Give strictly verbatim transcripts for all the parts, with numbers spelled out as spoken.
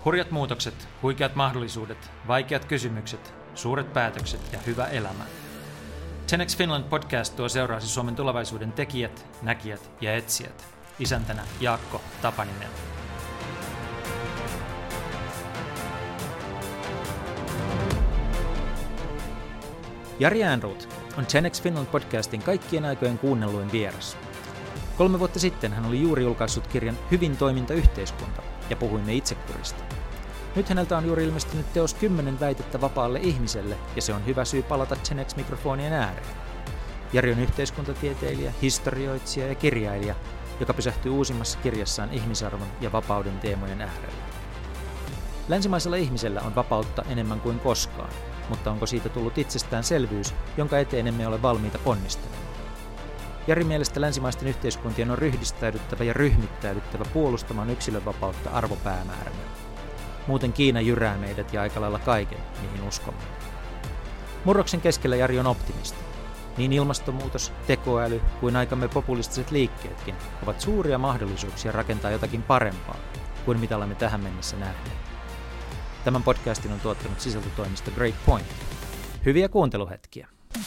Hurjat muutokset, huikeat mahdollisuudet, vaikeat kysymykset, suuret päätökset ja hyvä elämä. ten x Finland podcast tuo seuraasi Suomen tulevaisuuden tekijät, näkijät ja etsijät. Isäntänä Jaakko Tapaninen. Jari Ehrnrooth on ten x Finland podcastin kaikkien aikojen kuunnelluin vieras. Kolme vuotta sitten hän oli juuri julkaissut kirjan Hyvin toiminta yhteiskunta ja puhuimme itsekurista. Nyt häneltä on juuri ilmestynyt teos kymmenen väitettä vapaalle ihmiselle ja se on hyvä syy palata ten x-mikrofonien ääreen. Jari on yhteiskuntatieteilijä, historioitsija ja kirjailija, joka pysähtyy uusimmassa kirjassaan ihmisarvon ja vapauden teemojen äärelle. Länsimaisella ihmisellä on vapautta enemmän kuin koskaan, mutta onko siitä tullut itsestäänselvyys, jonka eteen emme ole valmiita ponnistelemaan? Jari mielestä länsimaisten yhteiskuntien on ryhdistäydyttävä ja ryhmittäydyttävä puolustamaan yksilönvapautta arvopäämääränä. Muuten Kiina jyrää meidät ja aika lailla kaiken, mihin uskomme. Murroksen keskellä Jari on optimisti. Niin ilmastonmuutos, tekoäly kuin aikamme populistiset liikkeetkin ovat suuria mahdollisuuksia rakentaa jotakin parempaa kuin mitä olemme tähän mennessä nähneet. Tämän podcastin on tuottanut sisältötoimisto Great Point. Hyviä kuunteluhetkiä!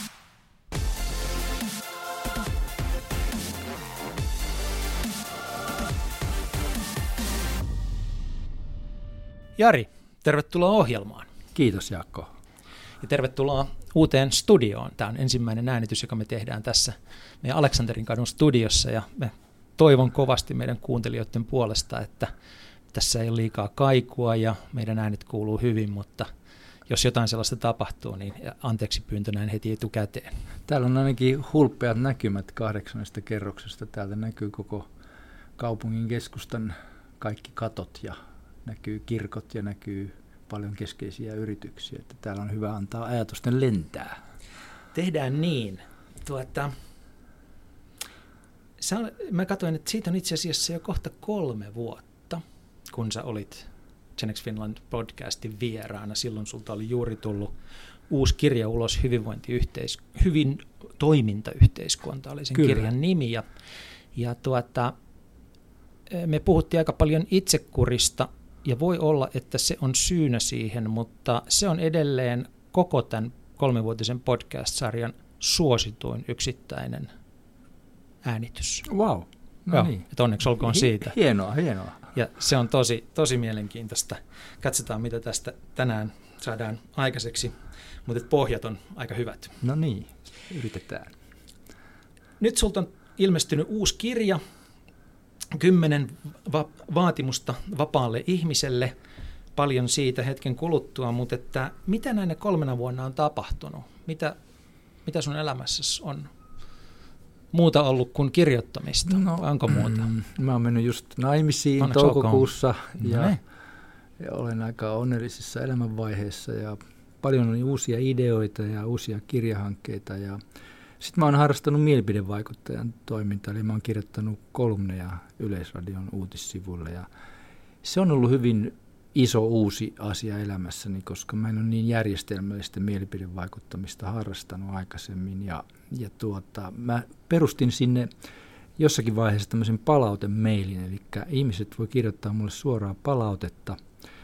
Jari, tervetuloa ohjelmaan. Kiitos Jaakko. Ja tervetuloa uuteen studioon. Tämä on ensimmäinen äänitys, joka me tehdään tässä meidän Aleksanterin kadun studiossa. Ja me toivon kovasti meidän kuuntelijoiden puolesta, että tässä ei ole liikaa kaikua ja meidän äänet kuuluu hyvin, mutta jos jotain sellaista tapahtuu, niin anteeksi pyyntö näin heti etukäteen. Täällä on ainakin hulppeat näkymät kahdeksannesta kerroksesta. Täältä näkyy koko kaupungin keskustan kaikki katot ja näkyy kirkot ja näkyy paljon keskeisiä yrityksiä. Että täällä on hyvä antaa ajatusten lentää. Tehdään niin. Tuota, sä, mä katsoin, että siitä on itse asiassa jo kohta kolme vuotta, kun sä olit ten x Finland podcastin vieraana. Silloin sulta oli juuri tullut uusi kirja ulos, hyvinvointiyhteis- hyvin toimintayhteiskunta oli sen Kyllä. kirjan nimi. Ja, ja tuota, me puhuttiin aika paljon itsekurista, ja voi olla, että se on syynä siihen, mutta se on edelleen koko tämän kolmivuotisen podcast-sarjan suosituin yksittäinen äänitys. Wow. No Joo, niin. Että onneksi olkoon siitä. Hienoa, hienoa. Ja se on tosi, tosi mielenkiintoista. Katsotaan, mitä tästä tänään saadaan aikaiseksi, mutta pohjat on aika hyvät. No niin, yritetään. Nyt sulta on ilmestynyt uusi kirja, Kymmenen va- vaatimusta vapaalle ihmiselle, paljon siitä hetken kuluttua, mutta että mitä näinä kolmena vuonna on tapahtunut? Mitä, mitä sun elämässäsi on muuta ollut kuin kirjoittamista? No, onko muuta? Mm, mä oon mennyt just naimisiin Onneksi toukokuussa ja, no ja olen aika onnellisessa elämänvaiheessa ja paljon on uusia ideoita ja uusia kirjahankkeita ja sitten mä oon harrastanut mielipidevaikuttajan toimintaa, eli mä oon kirjoittanut kolumneja Yleisradion uutissivuille ja se on ollut hyvin iso uusi asia elämässäni, koska mä en ole niin järjestelmällistä mielipidevaikuttamista harrastanut aikaisemmin ja, ja tuota, mä perustin sinne jossakin vaiheessa tämmöisen palautemailin, eli ihmiset voi kirjoittaa mulle suoraa palautetta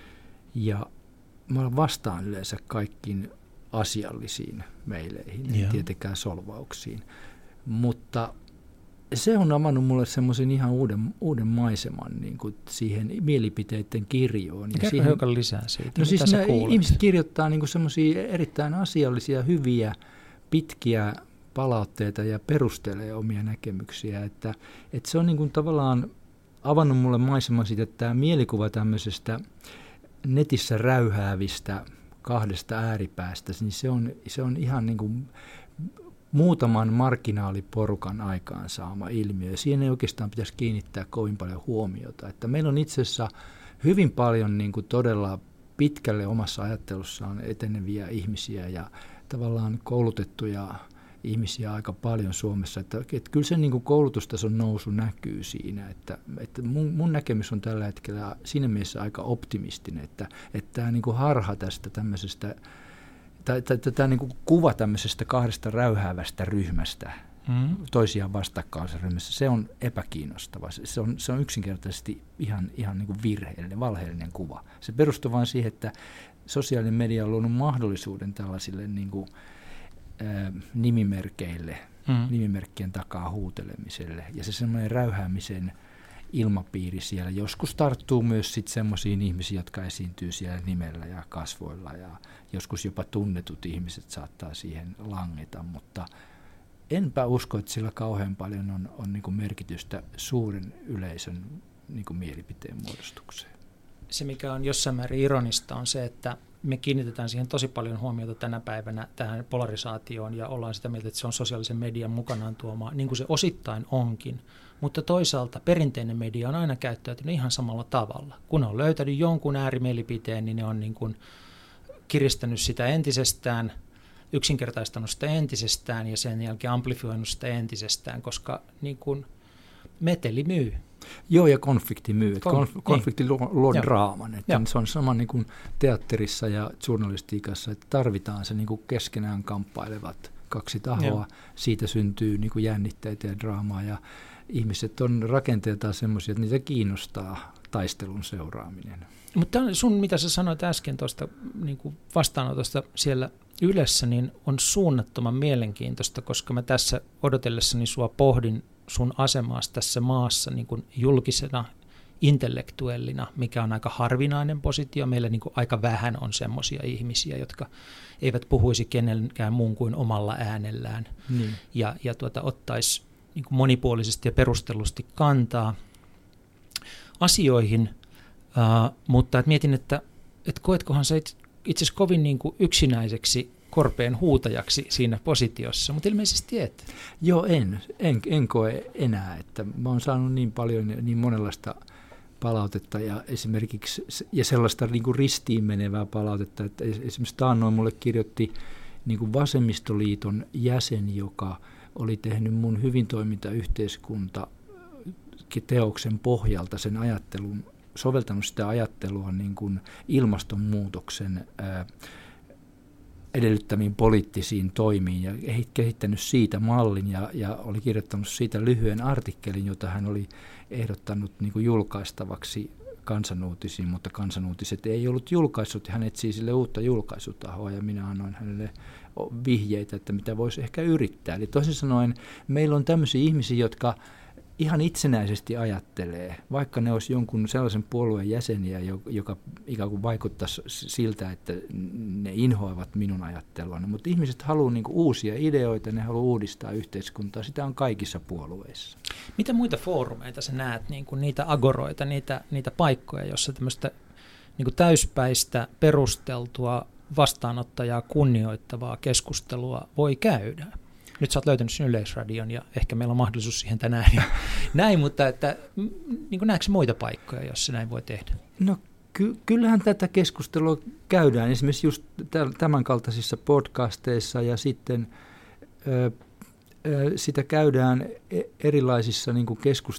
ja mä vastaan yleensä kaikkiin asiallisiin meileihin, ei tietenkään solvauksiin. Mutta se on avannut mulle semmoisen ihan uuden, uuden maiseman niin kuin siihen mielipiteiden kirjoon. Kerro siihen, hiukan lisää siitä, no siis ihmiset kirjoittaa niin kuin semmoisia erittäin asiallisia, hyviä, pitkiä palautteita ja perustelee omia näkemyksiä. Että, että se on niin kuin tavallaan avannut mulle maiseman siitä, että tämä mielikuva tämmöisestä netissä räyhäävistä kahdesta ääripäästä, niin se on, se on ihan niin kuin muutaman marginaaliporukan aikaansaama ilmiö. Siihen ei oikeastaan pitäisi kiinnittää kovin paljon huomiota. Että meillä on itse asiassa hyvin paljon niin kuin todella pitkälle omassa ajattelussaan eteneviä ihmisiä ja tavallaan koulutettuja ihmisiä aika paljon Suomessa. Että, että kyllä se niin kuin koulutustason nousu näkyy siinä. Että, että mun, mun näkemys on tällä hetkellä siinä mielessä aika optimistinen, että, että tämä niin kuin harha tästä tämmöisestä, tai tämä niin kuin kuva tämmöisestä kahdesta räyhäävästä ryhmästä, mm. toisiaan vastakkaisryhmässä, se on epäkiinnostava. Se on, se on yksinkertaisesti ihan, ihan niin kuin virheellinen, valheellinen kuva. Se perustuu vain siihen, että sosiaalinen media on luonut mahdollisuuden tällaisille niin kuin, ä, nimimerkeille, mm. nimimerkkien takaa huutelemiselle. Ja se semmoinen räyhäämisen ilmapiiri siellä joskus tarttuu myös sitten semmoisiin ihmisiin, jotka esiintyy siellä nimellä ja kasvoilla. Ja joskus jopa tunnetut ihmiset saattaa siihen langeta, mutta enpä usko, että sillä kauhean paljon on, on niin kuin merkitystä suuren yleisön niin kuin mielipiteen muodostukseen. Se, mikä on jossain määrin ironista, on se, että me kiinnitetään siihen tosi paljon huomiota tänä päivänä tähän polarisaatioon ja ollaan sitä mieltä, että se on sosiaalisen median mukanaan tuomaa, niin kuin se osittain onkin. Mutta toisaalta perinteinen media on aina käyttäytynyt ihan samalla tavalla. Kun on löytänyt jonkun äärimielipiteen, niin ne on niin kuin kiristänyt sitä entisestään, yksinkertaistanut sitä entisestään ja sen jälkeen amplifioinut sitä entisestään, koska niin kuin meteli myy. Joo, ja konflikti myy. Konf- konflikti luo, luo draaman. Että se on sama niin kuin teatterissa ja journalistiikassa, että tarvitaan se niin kuin keskenään kamppailevat kaksi tahoa. Joo. Siitä syntyy niin kuin jännitteitä ja draamaa, ja ihmiset on rakenteeltaan semmoisia, että niitä kiinnostaa taistelun seuraaminen. Mutta sun, mitä sä sanoit äsken tuosta niin kuin vastaanotosta siellä Ylessä, niin on suunnattoman mielenkiintoista, koska mä tässä odotellessani sua pohdin sun asemaasi tässä maassa niin kuin julkisena intellektuellina, mikä on aika harvinainen positio. Meillä niin kuin aika vähän on semmoisia ihmisiä, jotka eivät puhuisi kenenkään muun kuin omalla äänellään niin. ja, ja tuota, ottaisi niin kuin monipuolisesti ja perustellusti kantaa asioihin, uh, mutta et mietin, että et koetkohan sä itse asiassa kovin niin kuin yksinäiseksi korpeen huutajaksi siinä positiossa, mutta ilmeisesti et. Joo, en, en, en koe enää, että mä oon saanut niin paljon niin monenlaista palautetta ja esimerkiksi ja sellaista niin kuin ristiin menevää palautetta, että esimerkiksi taannoin mulle kirjoitti niin kuin Vasemmistoliiton jäsen, joka oli tehnyt mun hyvin toimintayhteiskunta teoksen pohjalta sen ajattelun, soveltanut sitä ajattelua niin kuin ilmastonmuutoksen ää, edellyttämiin poliittisiin toimiin ja kehittänyt siitä mallin ja, ja oli kirjoittanut siitä lyhyen artikkelin, jota hän oli ehdottanut niin kuin julkaistavaksi Kansanuutisiin, mutta Kansanuutiset ei ollut julkaissut ja hän etsii sille uutta julkaisutahoa ja minä annoin hänelle vihjeitä, että mitä voisi ehkä yrittää. Eli toisin sanoen meillä on tämmöisiä ihmisiä, jotka ihan itsenäisesti ajattelee, vaikka ne olisi jonkun sellaisen puolueen jäseniä, joka ikään kuin vaikuttaisi siltä, että ne inhoavat minun ajatteluani. Mutta ihmiset haluavat niinku uusia ideoita, ne haluavat uudistaa yhteiskuntaa. Sitä on kaikissa puolueissa. Mitä muita foorumeita sä näet, niinku niitä agoroita, niitä, niitä paikkoja, joissa tämmöistä niinku täyspäistä, perusteltua, vastaanottajaa kunnioittavaa keskustelua voi käydä? Nyt sä oot löytänyt sen Yleisradion ja ehkä meillä on mahdollisuus siihen tänään ja näin, mutta että, niin kuin näetkö muita paikkoja, joissa näin voi tehdä? No ky- kyllähän tätä keskustelua käydään esimerkiksi just tämän kaltaisissa podcasteissa ja sitten ö, ö, sitä käydään erilaisissa niin kuin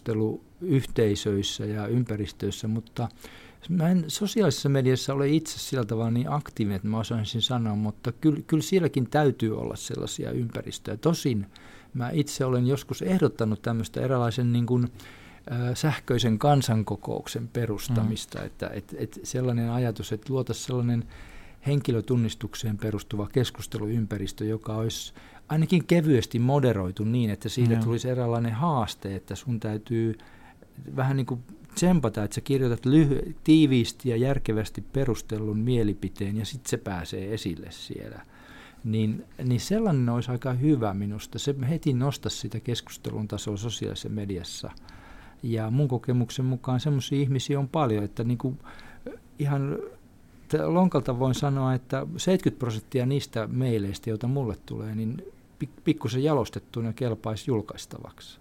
keskusteluyhteisöissä ja ympäristöissä, mutta mä en sosiaalisessa mediassa ole itse sillä tavalla niin aktiivinen, että mä osaisin sanoa, mutta kyllä, kyllä sielläkin täytyy olla sellaisia ympäristöjä. Tosin mä itse olen joskus ehdottanut tämmöistä eräänlaisen niin kuin, äh, sähköisen kansankokouksen perustamista, mm. että et, et sellainen ajatus, että luotaisiin sellainen henkilötunnistukseen perustuva keskusteluympäristö, joka olisi ainakin kevyesti moderoitu niin, että siitä mm. tulisi eräänlainen haaste, että sun täytyy vähän niin kuin tsempata, että sä kirjoitat lyhy- tiiviisti ja järkevästi perustellun mielipiteen ja sitten se pääsee esille siellä. Niin, niin sellainen olisi aika hyvä minusta. Se heti nostaisi sitä keskustelun tasoa sosiaalisessa mediassa. Ja mun kokemuksen mukaan semmoisia ihmisiä on paljon, että niin kuin ihan lonkalta voin sanoa, että seitsemänkymmentä prosenttia niistä meileistä, joita mulle tulee, niin pikkusen jalostettuna kelpaisi julkaistavaksi.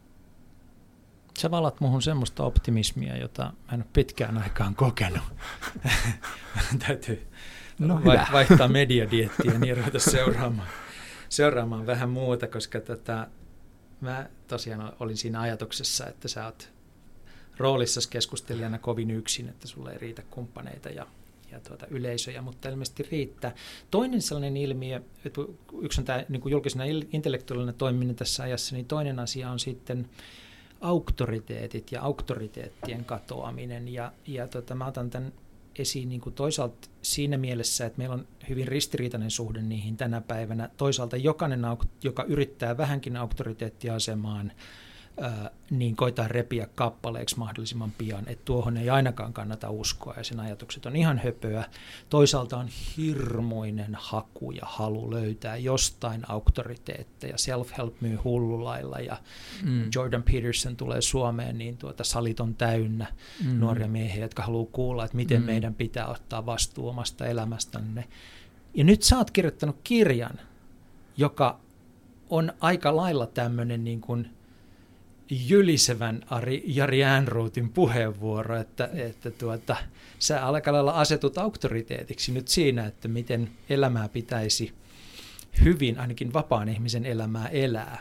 Sä valat muhun semmoista optimismia, jota mä en ole pitkään aikaan kokenut. Täytyy no vai- vaihtaa mediadiettiä niin ruveta seuraamaan, seuraamaan vähän muuta, koska tota, mä tosiaan olin siinä ajatuksessa, että sä oot roolissasi keskustelijana kovin yksin, että sulla ei riitä kumppaneita ja ja tuota yleisöjä, mutta ilmeisesti riittää. Toinen sellainen ilmiö, että yksi on tämä niin kuin julkisena intellektuaalinen toimiminen tässä ajassa, niin toinen asia on sitten auktoriteetit ja auktoriteettien katoaminen. Ja, ja tota, mä otan tämän esiin niin kuin toisaalta siinä mielessä, että meillä on hyvin ristiriitainen suhde niihin tänä päivänä. Toisaalta jokainen, joka yrittää vähänkin auktoriteettiasemaan, ää, niin koitaan repiä kappaleeksi mahdollisimman pian, että tuohon ei ainakaan kannata uskoa ja sen ajatukset on ihan höpöä. Toisaalta on hirmuinen haku ja halu löytää jostain auktoriteetteja. Self-help myy hullulailla ja mm. Jordan Peterson tulee Suomeen, niin tuota salit on täynnä mm. nuoria miehiä, jotka haluaa kuulla, että miten mm. meidän pitää ottaa vastuu omasta elämästämme. Ja nyt sä oot kirjoittanut kirjan, joka on aika lailla tämmöinen niin kuin jylisevän Ari, Jari Ehrnroothin puheenvuoro, että, että tuota, sä aika lailla asetut auktoriteetiksi nyt siinä, että miten elämää pitäisi hyvin, ainakin vapaan ihmisen elämää elää.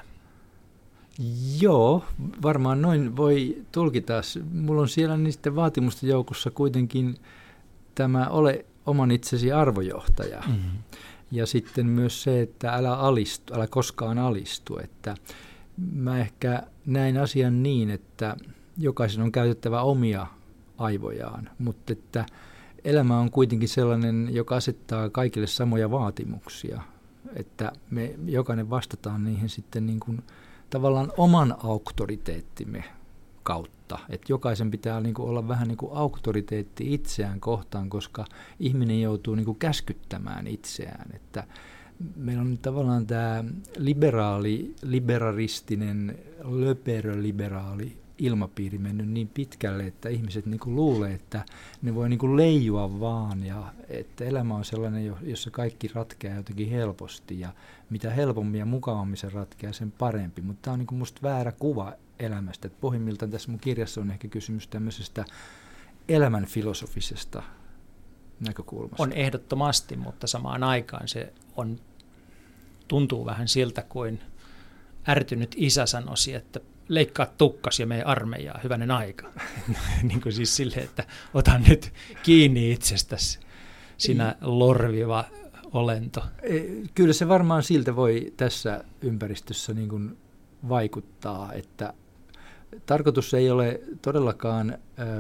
Joo, varmaan noin voi tulkita. Mulla on siellä niiden vaatimusten joukossa kuitenkin tämä ole oman itsesi arvojohtaja. Mm-hmm. Ja sitten myös se, että älä alistu, älä koskaan alistu, että mä ehkä näin asian niin, että jokaisen on käytettävä omia aivojaan, mutta että elämä on kuitenkin sellainen, joka asettaa kaikille samoja vaatimuksia, että me jokainen vastataan niihin sitten niin kuin tavallaan oman auktoriteettimme kautta, että jokaisen pitää niin kuin olla vähän niin kuin auktoriteetti itseään kohtaan, koska ihminen joutuu niin kuin käskyttämään itseään, että meillä on tavallaan tämä liberaali, liberalistinen, löperöliberaali ilmapiiri mennyt niin pitkälle, että ihmiset niin kuin luulee, että ne voi niin kuin leijua vaan ja että elämä on sellainen, jossa kaikki ratkeaa jotenkin helposti ja mitä helpommin ja mukavammin se ratkeaa, sen parempi. Mutta tämä on niin kuin musta väärä kuva elämästä. Et pohjimmiltaan tässä mun kirjassa on ehkä kysymys tämmöisestä elämän filosofisesta näkökulmasta. On ehdottomasti, mutta samaan aikaan se on, tuntuu vähän siltä, kuin ärtynyt isä sanoisi, että leikkaa tukkas ja mene armeijaa, hyvänen aika. Niin kuin siis silleen, että ota nyt kiinni itsestäsi, sinä lorviva olento. Kyllä se varmaan siltä voi tässä ympäristössä niin kuin vaikuttaa, että tarkoitus ei ole todellakaan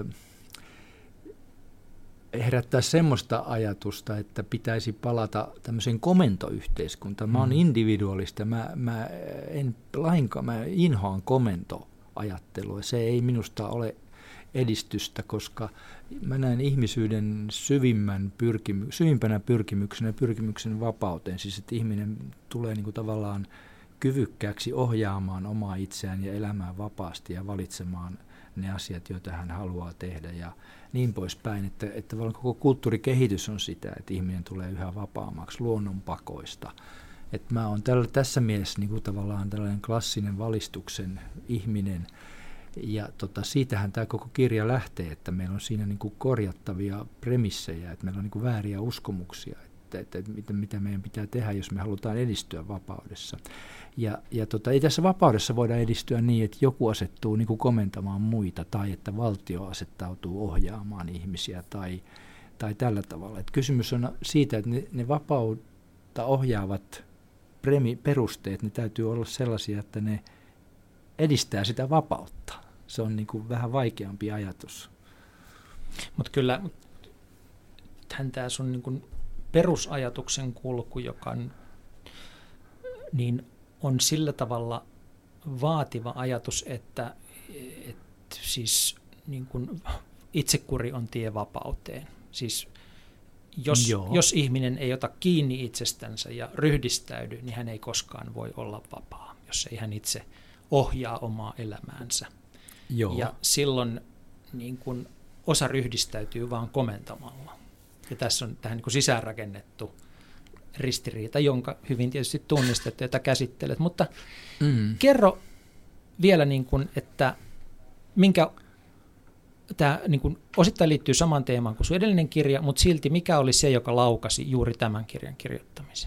herättää semmoista ajatusta, että pitäisi palata tämmöiseen komentoyhteiskuntaan. Mä oon mm. individualista, mä, mä en lainkaan, mä inhoan komentoajattelua. Se ei minusta ole edistystä, koska mä näen ihmisyyden syvimmän pyrkimy- syvimpänä pyrkimyksenä ja pyrkimyksen vapauteen. Siis että ihminen tulee niinku tavallaan kyvykkääksi ohjaamaan omaa itseään ja elämään vapaasti ja valitsemaan ne asiat, joita hän haluaa tehdä ja niin poispäin, että, että koko kulttuurikehitys on sitä, että ihminen tulee yhä vapaammaksi luonnonpakoista. Että mä oon tällä, tässä mielessä niin kuin tavallaan tällainen klassinen valistuksen ihminen ja tota, siitähän tämä koko kirja lähtee, että meillä on siinä niin kuin korjattavia premissejä, että meillä on niin kuin vääriä uskomuksia, että, että, että mitä, mitä meidän pitää tehdä, jos me halutaan edistyä vapaudessa. Ja, ja tota, ei tässä vapaudessa voida edistyä niin, että joku asettuu niin kuin komentamaan muita tai että valtio asettautuu ohjaamaan ihmisiä tai, tai tällä tavalla. Et kysymys on siitä, että ne, ne vapautta ohjaavat premi, perusteet, ne täytyy olla sellaisia, että ne edistää sitä vapautta. Se on niin kuin vähän vaikeampi ajatus. Mutta kyllä tämä sun niin kuin perusajatuksen kulku, joka on, niin on sillä tavalla vaativa ajatus, että, että siis niin kuin itsekuri on tie vapauteen. Siis jos, jos ihminen ei ota kiinni itsestänsä ja ryhdistäydy, niin hän ei koskaan voi olla vapaa, jos ei hän itse ohjaa omaa elämäänsä. Joo. Ja silloin niin kuin osa ryhdistäytyy vaan komentamalla. Ja tässä on tähän niin kuin sisäänrakennettu ristiriita, jonka hyvin tietysti tunnistat, jota käsittelet. Mutta mm. kerro vielä, niin kuin, että minkä tämä niin kuin osittain liittyy samaan teemaan kuin sun edellinen kirja, mutta silti mikä oli se, joka laukasi juuri tämän kirjan kirjoittamisen?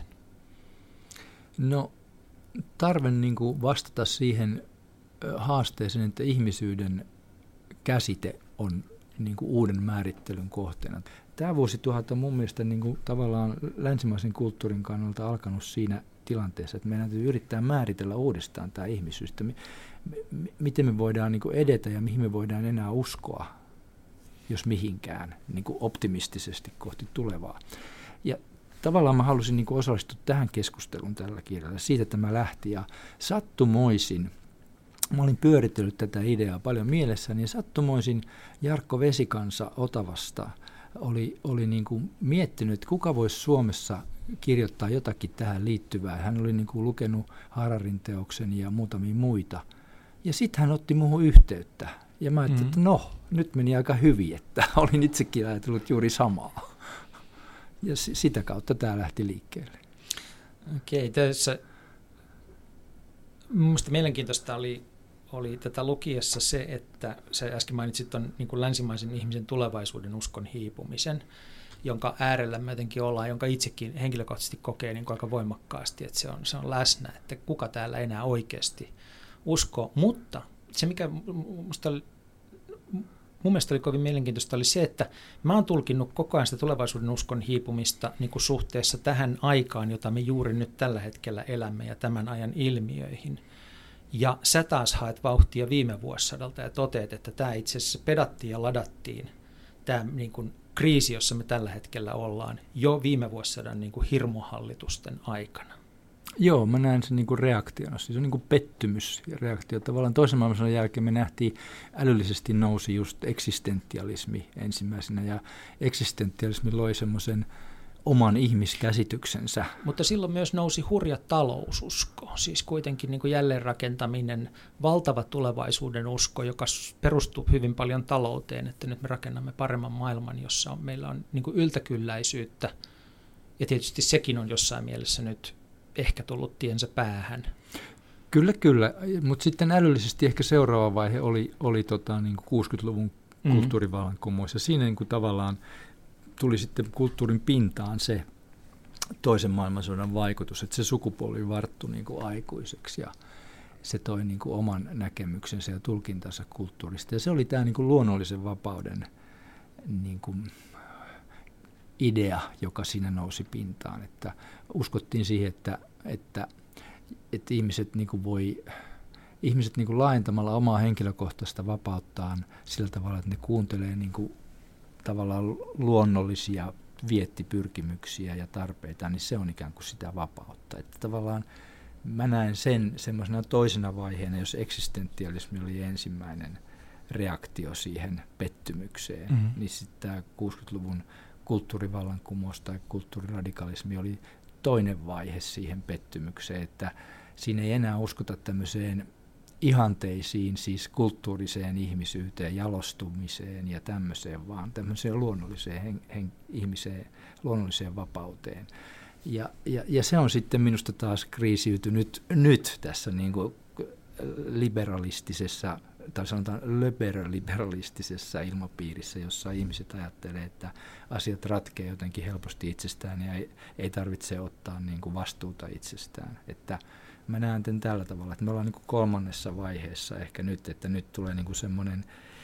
No tarve niin kuin vastata siihen haasteeseen, että ihmisyyden käsite on niin kuin uuden määrittelyn kohteena. tämä vuosituhat on mun mielestä niin kuin tavallaan länsimaisen kulttuurin kannalta alkanut siinä tilanteessa, että meidän täytyy yrittää määritellä uudestaan tämä ihmisyys, että m- m- miten me voidaan niin kuin edetä ja mihin me voidaan enää uskoa, jos mihinkään, niin kuin optimistisesti kohti tulevaa. Ja tavallaan mä halusin niin kuin osallistua tähän keskusteluun tällä kirjalla, siitä tämä lähti ja sattumoisin, mä olin pyöritellyt tätä ideaa paljon mielessäni ja sattumoisin Jarkko Vesikansa Otavasta oli, oli niin kuin miettinyt, että kuka voisi Suomessa kirjoittaa jotakin tähän liittyvää. Hän oli niin kuin lukenut Hararin teoksen ja muutamia muita. Ja sitten hän otti muuhun yhteyttä. Ja mä ajattelin, mm-hmm. että no, nyt meni aika hyvin, että olin itsekin ajatellut juuri samaa. Ja s- sitä kautta tämä lähti liikkeelle. Okei, tässä minusta mielenkiintoista oli, oli tätä lukiessa se, että sä äsken mainitsit tuon niin kuin länsimaisen ihmisen tulevaisuuden uskon hiipumisen, jonka äärellä me jotenkin ollaan, jonka itsekin henkilökohtaisesti kokee niin kuin aika voimakkaasti, että se on, se on läsnä, että kuka täällä enää oikeasti uskoo. Mutta se, mikä musta oli, mun mielestä oli kovin mielenkiintoista, oli se, että mä oon tulkinnut koko ajan sitä tulevaisuuden uskon hiipumista niin kuin suhteessa tähän aikaan, jota me juuri nyt tällä hetkellä elämme ja tämän ajan ilmiöihin. Ja sä taas haet vauhtia viime vuosisadalta ja toteat, että tämä itse asiassa pedattiin ja ladattiin, tämä niin kuin kriisi, jossa me tällä hetkellä ollaan, jo viime vuosisadan niin kuin hirmuhallitusten aikana. Joo, mä näen sen niin kuin reaktiona. Se on niin kuin pettymysreaktio. Tavallaan toisen maailmansodan jälkeen me nähtiin, älyllisesti nousi just eksistentialismi ensimmäisenä, ja eksistentialismi loi semmoisen oman ihmiskäsityksensä. Mutta silloin myös nousi hurja taloususko, siis kuitenkin niin kuin jälleenrakentaminen, valtava tulevaisuuden usko, joka perustuu hyvin paljon talouteen, että nyt me rakennamme paremman maailman, jossa on, meillä on niin kuin yltäkylläisyyttä, ja tietysti sekin on jossain mielessä nyt ehkä tullut tiensä päähän. Kyllä, kyllä, mutta sitten älyllisesti ehkä seuraava vaihe oli, oli tota, niin kuin kuusikymmentäluvun kulttuurivallankumous, ja siinä niin kuin tavallaan tuli sitten kulttuurin pintaan se toisen maailmansodan vaikutus, että se sukupolvi varttui niin kuin aikuiseksi ja se toi niin kuin oman näkemyksensä ja tulkintansa kulttuurista. Ja se oli tämä niin kuin luonnollisen vapauden niin kuin idea, joka siinä nousi pintaan. Että uskottiin siihen, että, että, että ihmiset niin kuin voi... Ihmiset niin kuin laajentamalla omaa henkilökohtaista vapauttaan sillä tavalla, että ne kuuntelee niin kuin tavallaan luonnollisia viettipyrkimyksiä ja tarpeita, niin se on ikään kuin sitä vapautta. Että tavallaan mä näen sen semmoisena toisena vaiheena, jos eksistentialismi oli ensimmäinen reaktio siihen pettymykseen, mm-hmm. niin sitten tämä kuusikymmentäluvun kulttuurivallankumous tai kulttuuriradikalismi oli toinen vaihe siihen pettymykseen, että siinä ei enää uskota tämmöiseen ihanteisiin, siis kulttuuriseen ihmisyyteen, jalostumiseen ja tämmöiseen, vaan tämmöiseen luonnolliseen hen, hen, ihmiseen, luonnolliseen vapauteen. Ja, ja, ja se on sitten minusta taas kriisiytynyt nyt tässä niin kuin liberalistisessa, tai sanotaan löperoliberalistisessa ilmapiirissä, jossa ihmiset ajattelee, että asiat ratkeaa jotenkin helposti itsestään ja ei, ei tarvitse ottaa niin kuin vastuuta itsestään. Että mä näen tämän tällä tavalla, että me ollaan niin kuin kolmannessa vaiheessa ehkä nyt, että nyt tulee niin kuin semmoinen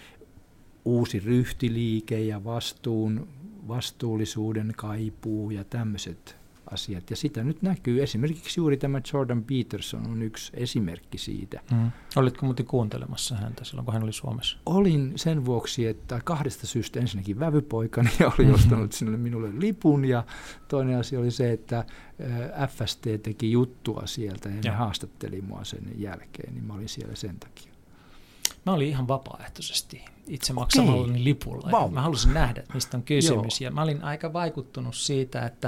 uusi ryhtiliike ja vastuun, vastuullisuuden kaipuu ja tämmöiset asiat. Ja sitä nyt näkyy. Esimerkiksi juuri tämä Jordan Peterson on yksi esimerkki siitä. Mm. Olitko muuten kuuntelemassa häntä silloin, kun hän oli Suomessa? Olin sen vuoksi, että kahdesta syystä ensinnäkin vävypoikani oli ostanut sinulle minulle lipun, ja toinen asia oli se, että F S T teki juttua sieltä ja ne haastatteli mua sen jälkeen, niin mä olin siellä sen takia. Mä olin ihan vapaaehtoisesti itse maksamallani lipulla. Wow. Mä halusin nähdä, että mistä on kysymys. Ja mä olin aika vaikuttunut siitä, että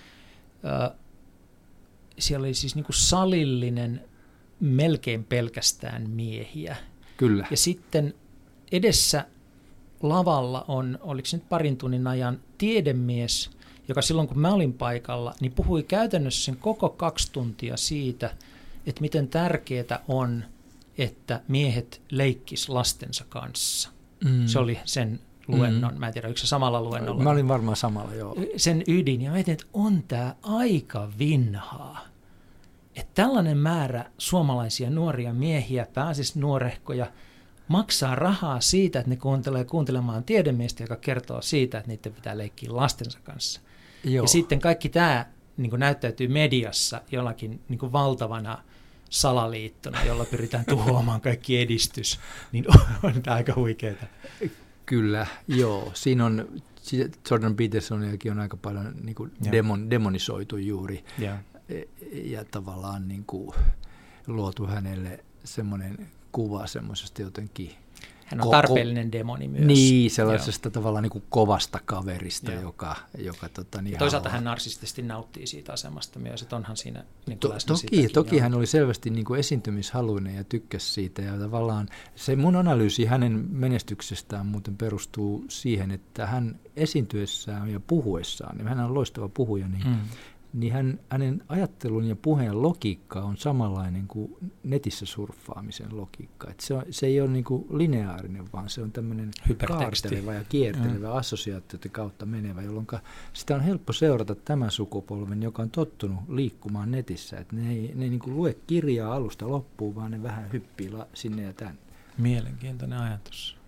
äh, siellä oli siis niinku salillinen melkein pelkästään miehiä. Kyllä. Ja sitten edessä lavalla on, oliko se nyt parin tunnin ajan, tiedemies, joka silloin kun mä olin paikalla, niin puhui käytännössä sen koko kaksi tuntia siitä, että miten tärkeää on, että miehet leikkis lastensa kanssa. Mm. Se oli sen luennon, mm. mä en tiedä, oliko se samalla luennolla? Mä olin varmaan samalla, joo. Sen ydin, ja mietin, että on tämä aika vinhaa. Että tällainen määrä suomalaisia nuoria miehiä, pääasiassa nuorehkoja, maksaa rahaa siitä, että ne kuuntelee kuuntelemaan tiedemiestä, joka kertoo siitä, että niiden pitää leikkiä lastensa kanssa. Joo. Ja sitten kaikki tämä niin kuin näyttäytyy mediassa jollakin niin kuin valtavana salaliittona, jolla pyritään tuhoamaan kaikki edistys, niin on tämä aika huikeaa. Kyllä, joo. Siinä on, Jordan Petersoniakin on aika paljon niin kuin demon, demonisoitu juuri ja, ja tavallaan niin kuin luotu hänelle semmoinen kuva semmoisesta jotenkin. Hän on tarpeellinen demoni myös. Niin, sellaisesta Joo. tavallaan niin kuin kovasta kaverista, Joo. joka... joka tota, niin toisaalta hän narsistisesti nauttii siitä asemasta myös, että onhan siinä niin to, Toki, toki hän oli selvästi niin kuin esiintymishaluinen ja tykkäsi siitä. Ja tavallaan se mun analyysi hänen menestyksestään muuten perustuu siihen, että hän esiintyessään ja puhuessaan, niin hän on loistava puhuja, niin... Mm. niin hän, hänen ajattelun ja puheen logiikka on samanlainen kuin netissä surffaamisen logiikka. Et se, on, se ei ole niin kuin lineaarinen, vaan se on tämmöinen kaarteleva ja kiertelevä, mm. assosiaatioiden kautta menevä, jolloin sitä on helppo seurata tämän sukupolven, joka on tottunut liikkumaan netissä. Et ne ei, ne ei niin kuin lue kirjaa alusta loppuun, vaan ne vähän hyppii la, sinne ja tänne. Mielenkiintoinen ajatus.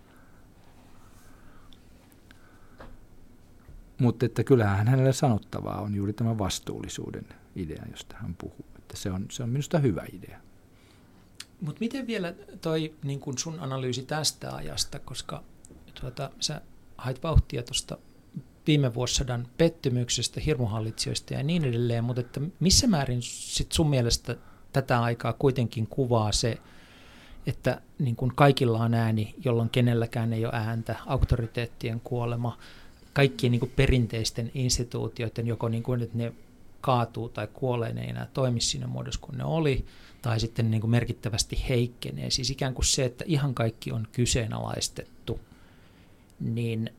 Mutta että kyllähän hänelle sanottavaa on juuri tämä vastuullisuuden idea, josta hän puhuu. Että se on, se on minusta hyvä idea. Mutta miten vielä toi niin kun sun analyysi tästä ajasta, koska tuota, sä hait vauhtia tuosta viime vuosisadan pettymyksestä, hirmuhallitsijoista ja niin edelleen, mutta että missä määrin sit sun mielestä tätä aikaa kuitenkin kuvaa se, että niin kun kaikilla on ääni, jolloin kenelläkään ei ole ääntä, auktoriteettien kuolema, kaikkien niin kuin perinteisten instituutioiden, joko niin kuin, että ne kaatuu tai kuolee, ne ei enää toimi siinä muodossa kuin ne oli, tai sitten niin kuin merkittävästi heikkenee. Siis ikään kuin se, että ihan kaikki on kyseenalaistettu, niin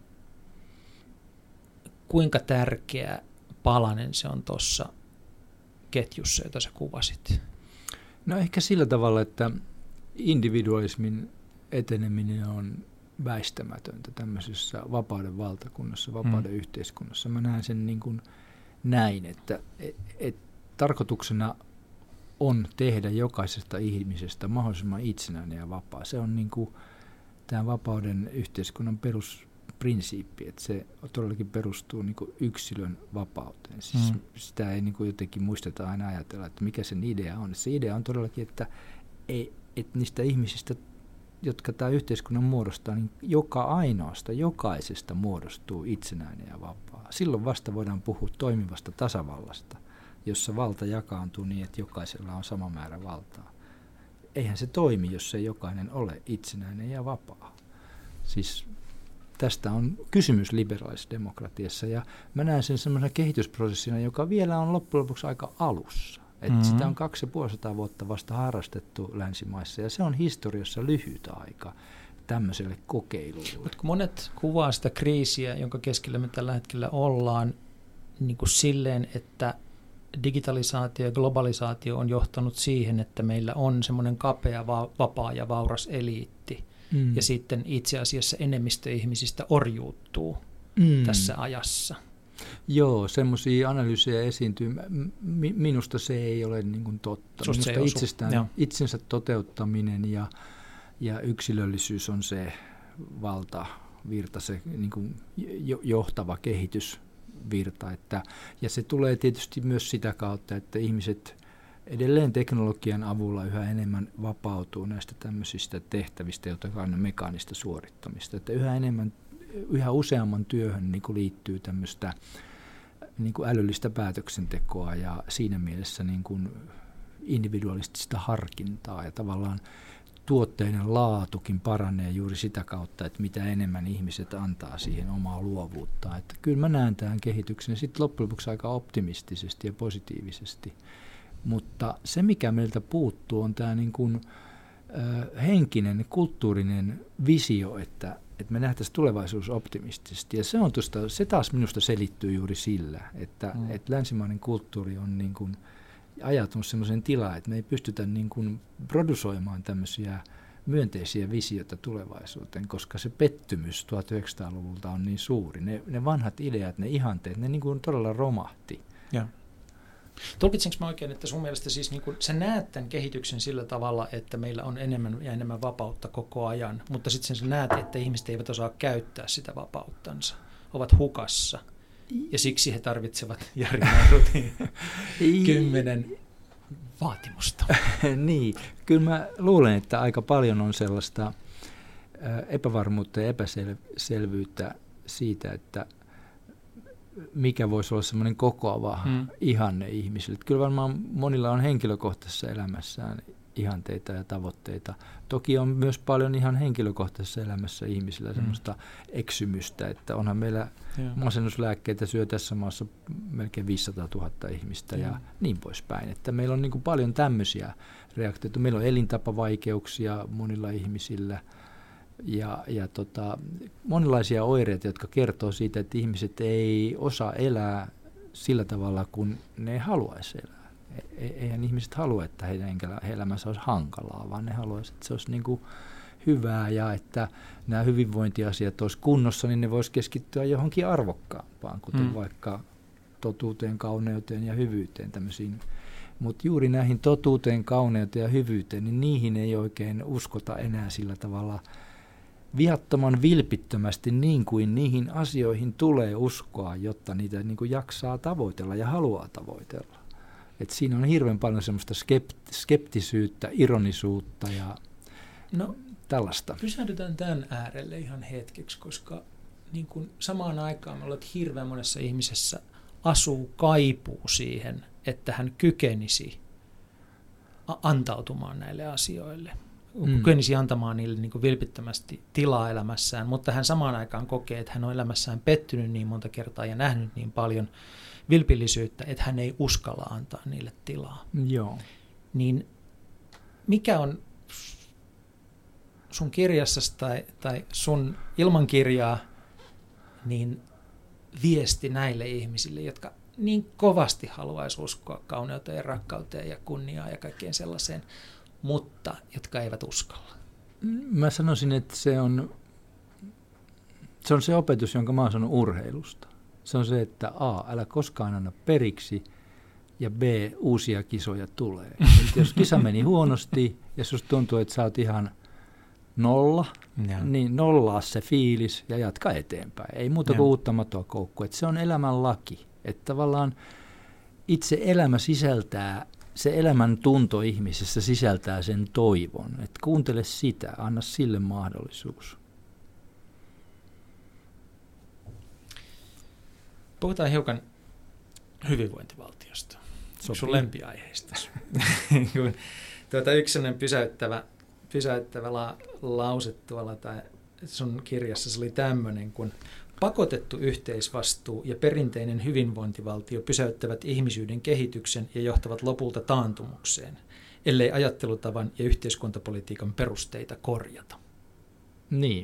kuinka tärkeä palanen se on tuossa ketjussa, jota sä kuvasit? No ehkä sillä tavalla, että individualismin eteneminen on väistämätöntä tämmöisessä vapauden valtakunnassa, vapauden mm. yhteiskunnassa. Mä näen sen niin kuin näin, että et, et tarkoituksena on tehdä jokaisesta ihmisestä mahdollisimman itsenäinen ja vapaa. Se on niin kuin tämän vapauden yhteiskunnan perusprinsiippi, että se todellakin perustuu niin kuin yksilön vapauteen. Siis mm. sitä ei niin kuin jotenkin muisteta aina ajatella, että mikä sen idea on. Se idea on todellakin, että, ei, että niistä ihmisistä, jotka tämä yhteiskunnan muodostaa, niin joka ainoasta, jokaisesta muodostuu itsenäinen ja vapaa. Silloin vasta voidaan puhua toimivasta tasavallasta, jossa valta jakaantuu niin, että jokaisella on sama määrä valtaa. Eihän se toimi, jos ei jokainen ole itsenäinen ja vapaa. Siis tästä on kysymys liberaalisessa demokratiassa, ja mä näen sen semmoisena kehitysprosessina, joka vielä on loppujen lopuksi aika alussa. Että mm-hmm. sitä on kaksi ja puolisataa vuotta vasta harrastettu länsimaissa, ja se on historiassa lyhyt aika tämmöiselle kokeilulle. Mutta kun monet kuvaa sitä kriisiä, jonka keskellä me tällä hetkellä ollaan, niin kuin silleen, että digitalisaatio ja globalisaatio on johtanut siihen, että meillä on semmoinen kapea, va- vapaa ja vauras eliitti, mm. ja sitten itse asiassa enemmistö ihmisistä orjuuttuu mm. tässä ajassa. Joo, semmoisia analyysejä esiintyy. Minusta se ei ole niin kuin totta. Susta Minusta itsestään, itsensä toteuttaminen ja, ja yksilöllisyys on se valtavirta, se niin kuin johtava kehitysvirta. Että, ja se tulee tietysti myös sitä kautta, että ihmiset edelleen teknologian avulla yhä enemmän vapautuu näistä tämmöisistä tehtävistä, jotka on mekaanista suorittamista. Että yhä enemmän yhä useamman työhön niin kuin liittyy tämmöistä niin kuin älyllistä päätöksentekoa ja siinä mielessä niin kuin individualistista harkintaa, ja tavallaan tuotteiden laatukin paranee juuri sitä kautta, että mitä enemmän ihmiset antaa siihen omaa luovuuttaan. Että kyllä mä näen tämän kehityksen sitten loppujen lopuksi aika optimistisesti ja positiivisesti, mutta se mikä meiltä puuttuu on tämä niin kuin, äh, henkinen, kulttuurinen visio, että että me nähtäisiin tulevaisuus optimistisesti. Ja se, on tuosta, se taas minusta selittyy juuri sillä, että, mm. että länsimainen kulttuuri on niin kuin ajatunut sellaisen tilaan, että me ei pystytä niin kuin produsoimaan tämmöisiä myönteisiä visioita tulevaisuuteen, koska se pettymys tuhatyhdeksänsataaluvulta on niin suuri. Ne, ne vanhat ideat, ne ihanteet, ne niin kuin todella romahti. Ja. Tulkitsenko mä oikein, että sun mielestä siis niin kun sä näet tämän kehityksen sillä tavalla, että meillä on enemmän ja enemmän vapautta koko ajan, mutta sitten sä näet, että ihmiset eivät osaa käyttää sitä vapauttansa, ovat hukassa ja siksi he tarvitsevat Jari Ehrnroothin kymmenen vaatimusta. Niin, kyllä mä luulen, että aika paljon on sellaista epävarmuutta ja epäselvyyttä siitä, että mikä voisi olla semmoinen kokoava hmm. ihanne ihmisille. Kyllä varmaan monilla on henkilökohtaisessa elämässään ihanteita ja tavoitteita. Toki on myös paljon ihan henkilökohtaisessa elämässä ihmisillä semmoista hmm. eksymystä, että onhan meillä ja. masennuslääkkeitä syö tässä maassa melkein viisisataatuhatta ihmistä ja, ja niin poispäin. Että meillä on niin kuin paljon tämmöisiä reaktioita. Meillä on elintapavaikeuksia monilla ihmisillä. Ja, ja tota, monenlaisia oireita, jotka kertoo siitä, että ihmiset ei osaa elää sillä tavalla, kun ne haluaisi elää. E- eihän ihmiset halua, että heidän elämänsä olisi hankalaa, vaan ne haluaisivat, että se olisi niin kuin hyvää ja että nämä hyvinvointiasiat olisi kunnossa, niin ne voisi keskittyä johonkin arvokkaampaan, kuten mm. vaikka totuuteen, kauneuteen ja hyvyyteen tämmöisiin. Mutta juuri näihin totuuteen, kauneuteen ja hyvyyteen, niin niihin ei oikein uskota enää sillä tavalla viattoman vilpittömästi niin kuin niihin asioihin tulee uskoa, jotta niitä niin kuin jaksaa tavoitella ja haluaa tavoitella. Et siinä on hirveän paljon semmoista skept- skeptisyyttä, ironisuutta ja no, tällaista. Pysähdytään tämän äärelle ihan hetkeksi, koska niin kuin samaan aikaan me ollaan hirveän monessa ihmisessä asuu kaipuu siihen, että hän kykenisi a- antautumaan näille asioille. Mm. Kykenisi antamaan niille niin kuin vilpittömästi tilaa elämässään, mutta hän samaan aikaan kokee, että hän on elämässään pettynyt niin monta kertaa ja nähnyt niin paljon vilpillisyyttä, että hän ei uskalla antaa niille tilaa. Joo. Niin mikä on sun kirjassasi tai, tai sun ilman kirjaa niin viesti näille ihmisille, jotka niin kovasti haluaisi uskoa kauneuteen ja rakkauteen ja kunniaan ja kaikkeen sellaiseen, mutta jotka eivät uskalla? Mä sanoisin, että se on se, on se opetus, jonka mä oon sanonut urheilusta. Se on se, että A, älä koskaan anna periksi, ja B, uusia kisoja tulee. Eli jos kisa meni huonosti, ja susta tuntuu, että sä oot ihan nolla, ja. niin nollaa se fiilis ja jatka eteenpäin. Ei muuta kuin uutta matoa koukkua. Se on elämän laki. Että tavallaan itse elämä sisältää, se elämän tunto ihmisessä sisältää sen toivon. Että kuuntele sitä, anna sille mahdollisuus. Puhutaan hiukan hyvinvointivaltiosta. Sopii. Sun lempiaiheista. tuota, yksi sellainen pysäyttävä, pysäyttävä la, lause tuolla tai sun kirjassa oli tämmöinen, kun pakotettu yhteisvastuu ja perinteinen hyvinvointivaltio pysäyttävät ihmisyyden kehityksen ja johtavat lopulta taantumukseen, ellei ajattelutavan ja yhteiskuntapolitiikan perusteita korjata. Niin.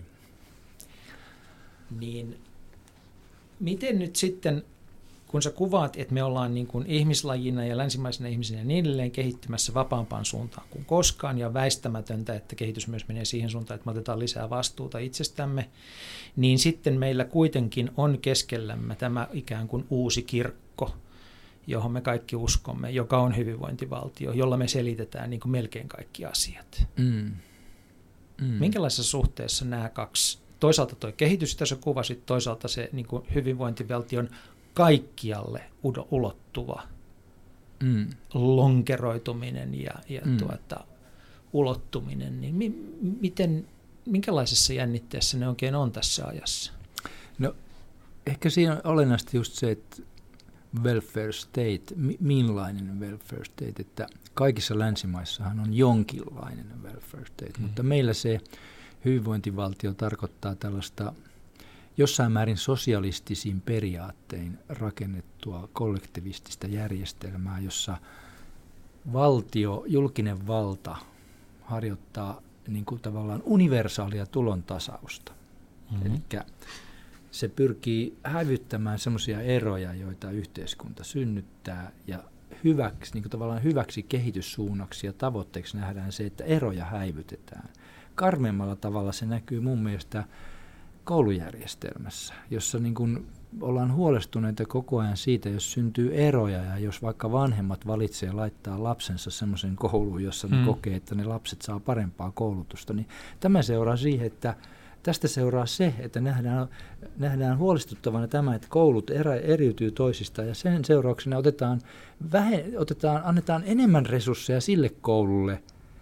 Niin miten nyt sitten, kun sä kuvaat, että me ollaan niin kuin ihmislajina ja länsimaisina ihmisinä niin edelleen kehittymässä vapaampaan suuntaan kuin koskaan, ja väistämätöntä, että kehitys myös menee siihen suuntaan, että me otetaan lisää vastuuta itsestämme, niin sitten meillä kuitenkin on keskellämme tämä ikään kuin uusi kirkko, johon me kaikki uskomme, joka on hyvinvointivaltio, jolla me selitetään niin kuin melkein kaikki asiat. Mm. Mm. Minkälaisessa suhteessa nämä kaksi, toisaalta tuo kehitys, jota sä kuvasit, toisaalta se niin kuin hyvinvointivaltion kaikkialle ulottuva mm. lonkeroituminen ja, ja mm. tuota, ulottuminen, niin mi, miten, minkälaisessa jännitteessä ne oikein on tässä ajassa? No ehkä siinä on olennaisesti just se, että welfare state, millainen welfare state, että kaikissa länsimaissahan on jonkinlainen welfare state, mm. mutta meillä se hyvinvointivaltio tarkoittaa tällaista jossain määrin sosialistisin periaattein rakennettua kollektivistista järjestelmää, jossa valtio, julkinen valta harjoittaa niin kuin tavallaan universaalia tulontasausta. Mm-hmm. Eli se pyrkii hävyttämään semmoisia eroja, joita yhteiskunta synnyttää, ja hyväksi, niin kuin tavallaan hyväksi kehityssuunnaksi ja tavoitteeksi nähdään se, että eroja häivytetään. Karmeimmalla tavalla se näkyy mun mielestä koulujärjestelmässä, jossa niin kuin ollaan huolestuneita koko ajan siitä, jos syntyy eroja ja jos vaikka vanhemmat valitsee laittaa lapsensa semmoisen kouluun, jossa ne mm. kokee, että ne lapset saa parempaa koulutusta, niin tämä seuraa siihen, että tästä seuraa se, että nähdään, nähdään huolestuttavana tämä, että koulut erä, eriytyy toisistaan ja sen seurauksena otetaan, vähe, otetaan, annetaan enemmän resursseja sille koululle,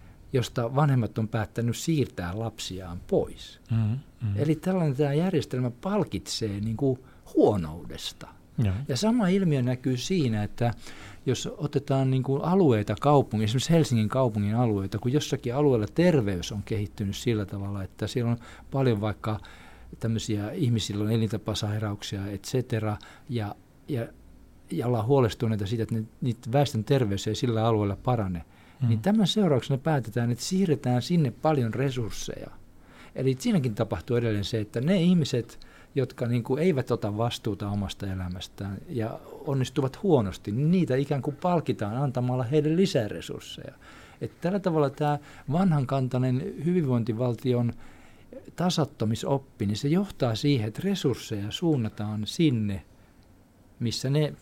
josta vanhemmat on päättänyt siirtää lapsiaan pois. Mm, mm. Eli tällainen tämä järjestelmä palkitsee niin kuin huonoudesta. Ja. ja sama ilmiö näkyy siinä, että jos otetaan niin kuin alueita kaupungin, esimerkiksi Helsingin kaupungin alueita, kun jossakin alueella terveys on kehittynyt sillä tavalla, että siellä on paljon vaikka tämmöisiä ihmisillä on elintapasairauksia, et cetera, ja, ja, ja ollaan huolestuneita siitä, että niitä väestön terveys ei sillä alueella parane, mm. niin tämän seurauksena päätetään, että siirretään sinne paljon resursseja. Eli siinäkin tapahtuu edelleen se, että ne ihmiset, jotka niin kuin eivät ota vastuuta omasta elämästään ja onnistuvat huonosti, niin niitä ikään kuin palkitaan antamalla heille lisää resursseja. Että tällä tavalla tämä vanhankantainen hyvinvointivaltion tasattomisoppi, niin se johtaa siihen, että resursseja suunnataan sinne, missä ne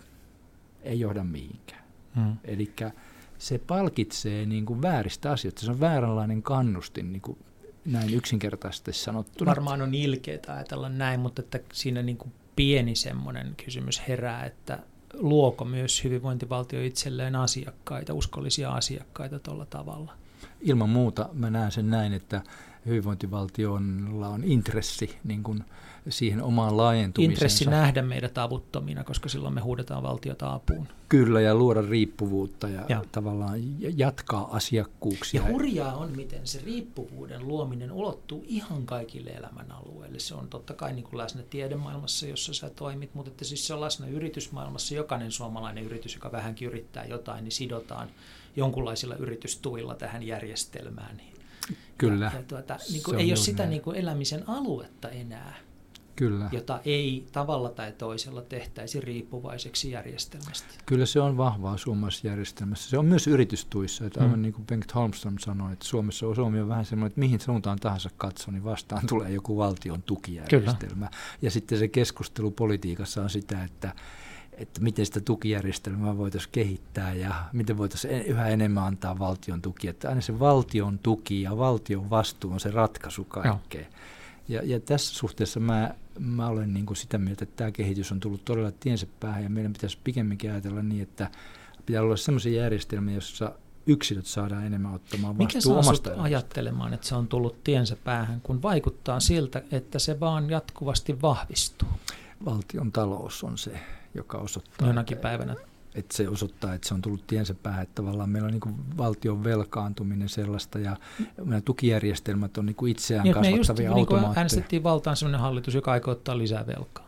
ei johda mihinkään. Hmm. Eli se palkitsee niin kuin vääristä asioista, se on vääränlainen kannustin niin kuin näin yksinkertaisesti sanottuna. Varmaan on ilkeää ajatella näin, mutta että siinä niin kuin pieni semmoinen kysymys herää, että luoko myös hyvinvointivaltio itselleen asiakkaita, uskollisia asiakkaita tuolla tavalla? Ilman muuta mä näen sen näin, että hyvinvointivaltiolla on intressi niin kuin siihen omaan laajentumiseensa. Intressi nähdä meidät avuttomina, koska silloin me huudetaan valtiota apuun. Kyllä, ja luoda riippuvuutta ja, ja. tavallaan jatkaa asiakkuuksia. Ja hurjaa on, miten se riippuvuuden luominen ulottuu ihan kaikille elämänalueille. Se on totta kai niin kuin läsnä tiedemaailmassa, jossa sä toimit, mutta että siis se on läsnä yritysmaailmassa. Jokainen suomalainen yritys, joka vähänkin yrittää jotain, niin sidotaan jonkunlaisilla yritystuilla tähän järjestelmään. Kyllä. Ja, ja tuota, niin kuin ei ole sitä niin kuin elämisen aluetta enää, Kyllä. jota ei tavalla tai toisella tehtäisi riippuvaiseksi järjestelmästä. Kyllä se on vahvaa suomalaisessa järjestelmässä. Se on myös yritystuissa. Että aivan hmm. niin kuin Bengt Holmström sanoi, että Suomessa on, Suomi on vähän semmoinen, että mihin suuntaan tahansa katsoo, niin vastaan tulee joku valtion tukijärjestelmä. Kyllä. Ja sitten se keskustelu politiikassa on sitä, että että miten sitä tukijärjestelmää voitaisiin kehittää ja miten voitaisiin yhä enemmän antaa valtion tuki. Että aina se valtion tuki ja valtion vastuu on se ratkaisu kaikkeen. Ja, ja tässä suhteessa mä, mä olen niin kuin sitä mieltä, että tämä kehitys on tullut todella tiensä päähän ja meidän pitäisi pikemminkin ajatella niin, että pitää olla sellaisia järjestelmiä, joissa yksilöt saadaan enemmän ottamaan vastuu omasta elämästä. Mikä saa ajattelemaan, että se on tullut tiensä päähän, kun vaikuttaa siltä, että se vaan jatkuvasti vahvistuu? Valtion talous on se, joka osoittaa, jonakin päivänä. Että se osoittaa, että se on tullut tiensä päähän, että tavallaan meillä on niin kuin valtion velkaantuminen sellaista ja meidän tukijärjestelmät on niin kuin itseään niin, kasvattavia me just, automaatteja. Niin äänestettiin valtaan sellainen hallitus, joka aikoo ottaa lisää velkaa.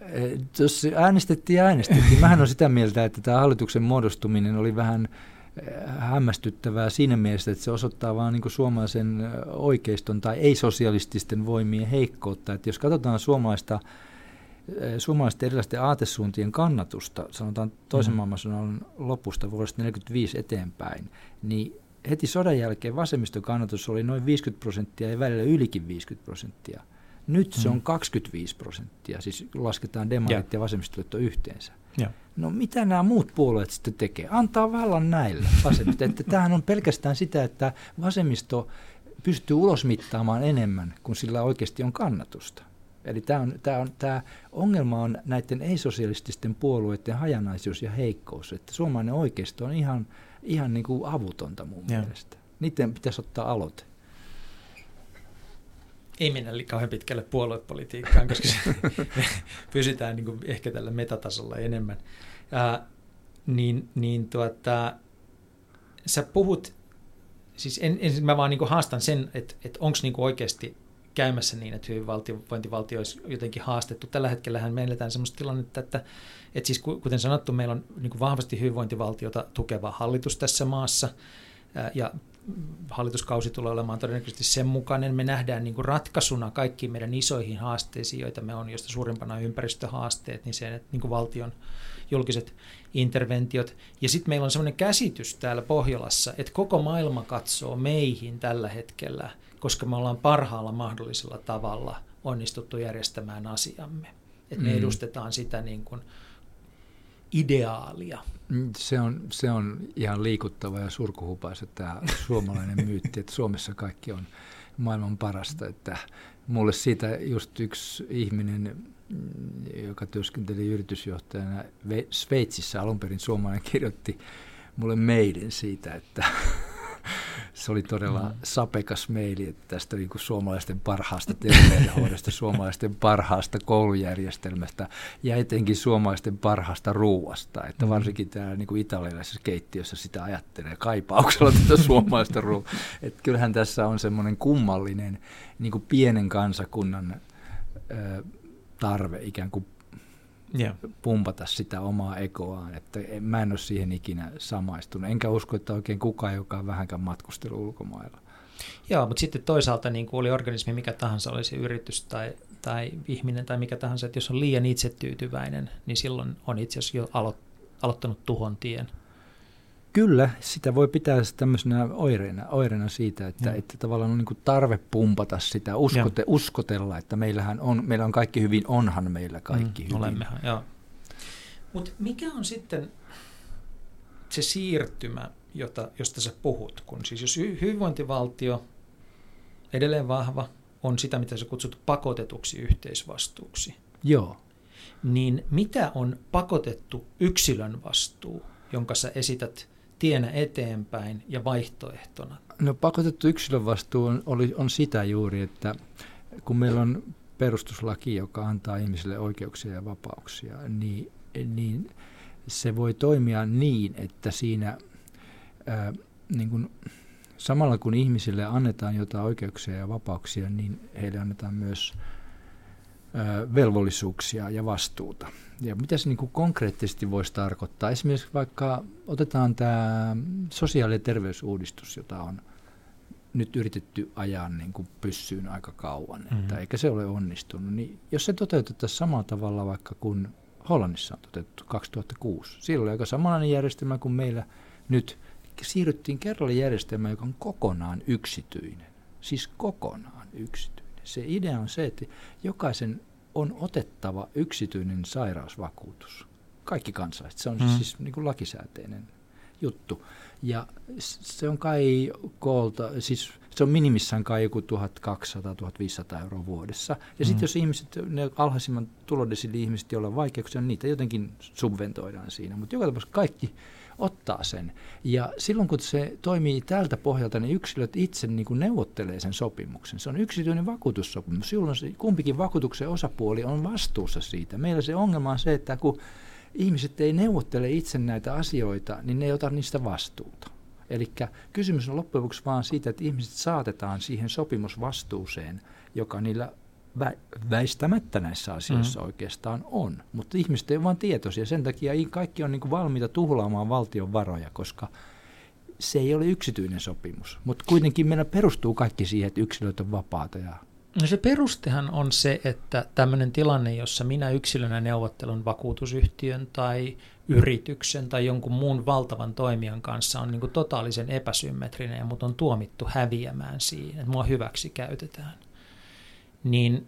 Jos äänestettiin ja äänestettiin. Mähän on sitä mieltä, että tämä hallituksen muodostuminen oli vähän hämmästyttävää siinä mielessä, että se osoittaa vaan niin kuin suomalaisen oikeiston tai ei-sosialististen voimien heikkoutta. Että jos katsotaan suomalaista suomalaisten erilaisten aatesuuntien kannatusta, sanotaan toisen mm. maailmansodan lopusta vuodesta tuhatyhdeksänsataaneljäkymmentäviisi eteenpäin, niin heti sodan jälkeen vasemmiston kannatus oli noin viisikymmentä prosenttia ja välillä ylikin viisikymmentä prosenttia. Nyt mm. se on kaksikymmentäviisi prosenttia, siis lasketaan demarit ja, ja vasemmistoliitto yhteensä. Ja. No mitä nämä muut puolueet sitten tekee? Antaa vallan näille vasemmisto. Että tämähän on pelkästään sitä, että vasemmisto pystyy ulosmittaamaan enemmän, kun sillä oikeasti on kannatusta. Eli tämä, on, tämä, on, tämä ongelma on näiden ei-sosialististen puolueiden hajanaisuus ja heikkous, että suomalainen oikeisto on ihan, ihan niin kuin avutonta mun ja. mielestä. Niiden pitäisi ottaa aloite. Ei mennä kauhean pitkälle puoluepolitiikkaan, koska me pysytään niin kuin ehkä tällä metatasolla enemmän. Ää, niin, niin tuota, sä puhut, siis en, ensin mä vaan niin kuin haastan sen, että, että onko niin kuin oikeasti käymässä niin, että hyvinvointivaltio olisi jotenkin haastettu. Tällä hetkellähän me eletään sellaista tilannetta, että, että siis kuten sanottu, meillä on niin kuin vahvasti hyvinvointivaltiota tukeva hallitus tässä maassa, ja hallituskausi tulee olemaan todennäköisesti sen mukainen. Me nähdään niin kuin ratkaisuna kaikkiin meidän isoihin haasteisiin, joita me on, joista suurimpana ympäristöhaasteet, niin se, että niin kuin valtion julkiset interventiot. Ja sitten meillä on sellainen käsitys täällä Pohjolassa, että koko maailma katsoo meihin tällä hetkellä, koska me ollaan parhaalla mahdollisella tavalla onnistuttu järjestämään asiamme. että me mm. edustetaan sitä niin kuin ideaalia. Se on, se on ihan liikuttava ja surkuhupaisa tämä suomalainen myytti, että Suomessa kaikki on maailman parasta. Että mulle siitä just yksi ihminen, joka työskenteli yritysjohtajana Sveitsissä, alun perin suomalainen, kirjoitti mulle mailin siitä, että se oli todella mm. sapekas meili, että tästä niin kuin suomalaisten parhaasta terveydenhoidosta, suomalaisten parhaasta koulujärjestelmästä ja etenkin suomalaisten parhaasta ruuasta. Että varsinkin täällä niin kuin italialaisessa keittiössä sitä ajattelee kaipauksella tätä suomalaista ruokaa. Että kyllähän tässä on semmoinen kummallinen niin kuin pienen kansakunnan ö, tarve ikään kuin Yeah. pumpata sitä omaa egoaan, että mä en ole siihen ikinä samaistunut. Enkä usko, että oikein kukaan, joka on vähänkään matkustellut ulkomailla. Joo, mutta sitten toisaalta niin kuin oli organismi mikä tahansa, oli se yritys tai, tai ihminen tai mikä tahansa, että jos on liian itsetyytyväinen, niin silloin on itse asiassa jo alo- aloittanut tuhon tien. Kyllä, sitä voi pitää tämmöisenä oireena, oireena siitä, että, että tavallaan on niin kuin tarve pumpata sitä, uskote, uskotella, että meillähän on, meillä on kaikki hyvin, onhan meillä kaikki mm, hyvin. Olemmehan, joo. Mutta mikä on sitten se siirtymä, jota, josta sä puhut, kun siis jos hyvinvointivaltio edelleen vahva on sitä, mitä sä kutsut pakotetuksi yhteisvastuuksi, joo. niin mitä on pakotettu yksilön vastuu, jonka sä esität tienä eteenpäin ja vaihtoehtona? No pakotettu yksilön vastuu on, oli, on sitä juuri, että kun meillä on perustuslaki, joka antaa ihmisille oikeuksia ja vapauksia, niin, niin se voi toimia niin, että siinä ää, niin kun, samalla kun ihmisille annetaan jotain oikeuksia ja vapauksia, niin heille annetaan myös ää, velvollisuuksia ja vastuuta. Ja mitä se niin kuin konkreettisesti voisi tarkoittaa? Esimerkiksi vaikka otetaan tämä sosiaali- ja terveysuudistus, jota on nyt yritetty ajaa niin kuin pyssyyn aika kauan, mm-hmm. että eikä se ole onnistunut. Niin jos se toteutettaisiin samalla tavalla vaikka kuin Hollannissa on toteutettu kaksituhattakuusi, silloin oli aika samanlainen järjestelmä kuin meillä nyt. Siirryttiin kerralla järjestelmään, joka on kokonaan yksityinen. Siis kokonaan yksityinen. Se idea on se, että jokaisen on otettava yksityinen sairausvakuutus. Kaikki kansalaiset. Se on mm. siis niin kuin lakisääteinen juttu. Ja se on kai koolta, siis se on minimissään kai joku tuhatkaksisataa tuhatviisisataa euroa vuodessa. Ja mm. sitten jos ihmiset, ne alhaisimman tulodesili ihmiset, joilla on vaikeuksia, niin niitä jotenkin subventoidaan siinä. Mutta joka tapauksessa kaikki ottaa sen. Ja silloin kun se toimii tältä pohjalta, niin yksilöt itse niin kuin neuvottelee sen sopimuksen. Se on yksityinen vakuutussopimus. Silloin se, kumpikin vakuutuksen osapuoli on vastuussa siitä. Meillä se ongelma on se, että kun ihmiset ei neuvottele itse näitä asioita, niin ne ei ota niistä vastuuta. Eli kysymys on loppujen lopuksi vaan siitä, että ihmiset saatetaan siihen sopimusvastuuseen, joka niillä vä- väistämättä näissä asioissa mm. oikeastaan on. Mutta ihmiset ei ole vaan tietoisia. Sen takia kaikki on niin kuin valmiita tuhlaamaan valtion varoja, koska se ei ole yksityinen sopimus. Mutta kuitenkin meillä perustuu kaikki siihen, että yksilöt on vapaata. Ja no se perustehan on se, että tämmöinen tilanne, jossa minä yksilönä neuvottelun vakuutusyhtiön tai yrityksen tai jonkun muun valtavan toimijan kanssa on niin kuin totaalisen epäsymmetrinen ja mut on tuomittu häviämään siinä, että mua hyväksi käytetään. Niin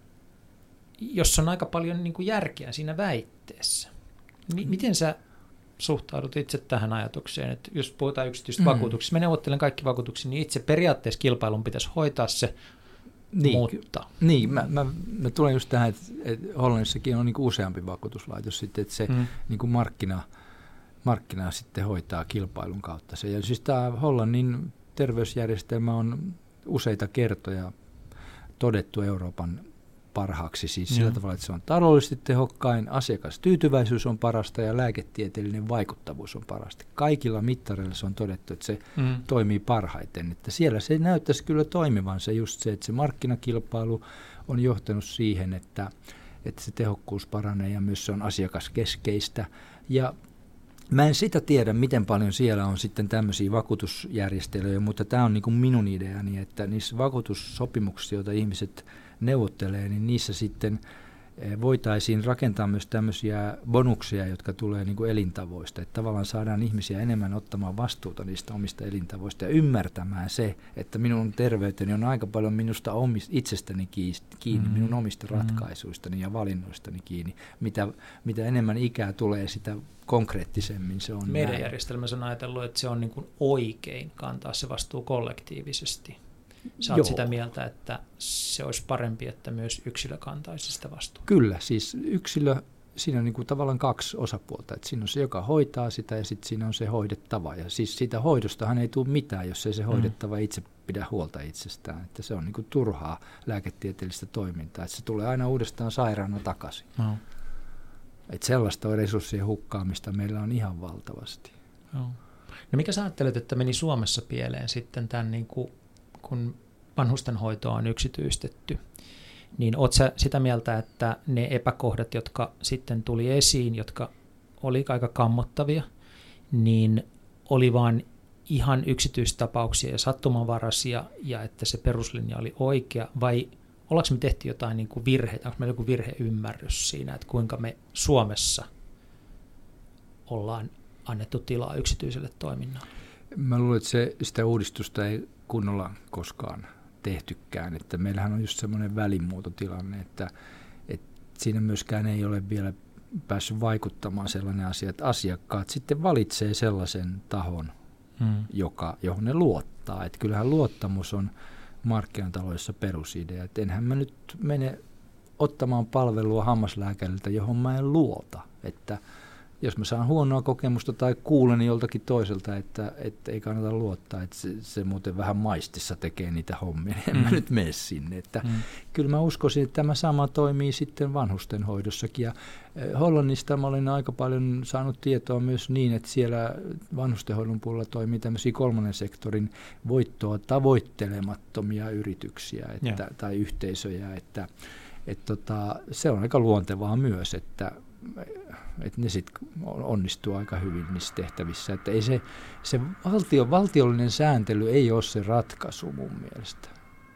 jos on aika paljon niin kuin järkeä siinä väitteessä, m- miten sä suhtaudut itse tähän ajatukseen, että jos puhutaan yksityistä mm. vakuutuksista, mä neuvottelen kaikki vakuutuksia, niin itse periaatteessa kilpailun pitäisi hoitaa se, niin, mutta. Niin, mä, mä, mä tulen just tähän, että, että Hollannissakin on niin kuin useampi vakuutuslaitos sitten, että se mm. niin kuin markkina, markkina sitten hoitaa kilpailun kautta se. Ja siis tämä Hollannin terveysjärjestelmä on useita kertoja todettu Euroopan parhaaksi, siis sillä mm. tavalla, että se on taloudellisesti tehokkain, asiakastyytyväisyys on parasta ja lääketieteellinen vaikuttavuus on parasta. Kaikilla mittareilla se on todettu, että se mm. toimii parhaiten. Että siellä se näyttäisi kyllä toimivan se just se, että se markkinakilpailu on johtanut siihen, että, että se tehokkuus paranee ja myös se on asiakaskeskeistä. Ja mä en sitä tiedä, miten paljon siellä on sitten tämmöisiä vakuutusjärjestelyjä, mutta tämä on niin kuin minun ideani, että niissä vakuutussopimuksissa, joita ihmiset neuvottelee, niin niissä sitten voitaisiin rakentaa myös tämmöisiä bonuksia, jotka tulee niin kuin elintavoista. Että tavallaan saadaan ihmisiä enemmän ottamaan vastuuta niistä omista elintavoista ja ymmärtämään se, että minun terveyteni on aika paljon minusta omist, itsestäni kiinni, mm. minun omista ratkaisuistani ja valinnoistani kiinni. Mitä, mitä enemmän ikää tulee, sitä konkreettisemmin se on. Meidän järjestelmässä on ajatellut, että se on niin kuin oikein kantaa se vastuu kollektiivisesti. Sä oot sitä mieltä, että se olisi parempi, että myös yksilö kantaisi sitä vastuuta. Kyllä, siis yksilö, siinä on niin kuin tavallaan kaksi osapuolta. Että siinä on se, joka hoitaa sitä ja sitten siinä on se hoidettava. Ja siis siitä hoidostahan ei tule mitään, jos ei se hoidettava itse pidä huolta itsestään. Että se on niin kuin turhaa lääketieteellistä toimintaa. Että se tulee aina uudestaan sairaana takaisin. No. Että sellaista on resurssien hukkaamista meillä on ihan valtavasti. No, no mikä sä ajattelet, että meni Suomessa pieleen sitten tämän niin kuin kun vanhustenhoitoa on yksityistetty, niin oot sä sitä mieltä, että ne epäkohdat, jotka sitten tuli esiin, jotka oli aika kammottavia, niin oli vaan ihan yksityistapauksia ja sattumanvaraisia, ja että se peruslinja oli oikea, vai ollaanko me tehty jotain niin kuin virheitä, onko meillä joku virheymmärrys siinä, että kuinka me Suomessa ollaan annettu tilaa yksityiselle toiminnalle? Mä luulen, että se, sitä uudistusta ei kunnolla koskaan tehtykään. Että meillähän on just semmoinen välimuototilanne, että, että siinä myöskään ei ole vielä päässyt vaikuttamaan sellainen asia, että asiakkaat sitten valitsee sellaisen tahon, hmm. joka, johon ne luottaa. Että kyllähän luottamus on markkinataloudessa perusidea. Että enhän mä nyt mene ottamaan palvelua hammaslääkäriltä, johon mä en luota. Että jos mä saan huonoa kokemusta tai kuulen joltakin toiselta, että, että ei kannata luottaa, että se, se muuten vähän maistissa tekee niitä hommia, niin en mm. mä nyt mene sinne. Että mm. Kyllä mä uskoisin, että tämä sama toimii sitten vanhustenhoidossakin. Ja Hollannista mä olen aika paljon saanut tietoa myös niin, että siellä vanhustenhoidon puolella toimii tämmöisiä kolmannen sektorin voittoa tavoittelemattomia yrityksiä että, yeah. tai yhteisöjä. Että, et tota, se on aika luontevaa myös, että että ne sitten onnistuu aika hyvin niissä tehtävissä. Että ei se, se valtio, valtiollinen sääntely ei ole se ratkaisu mun mielestä.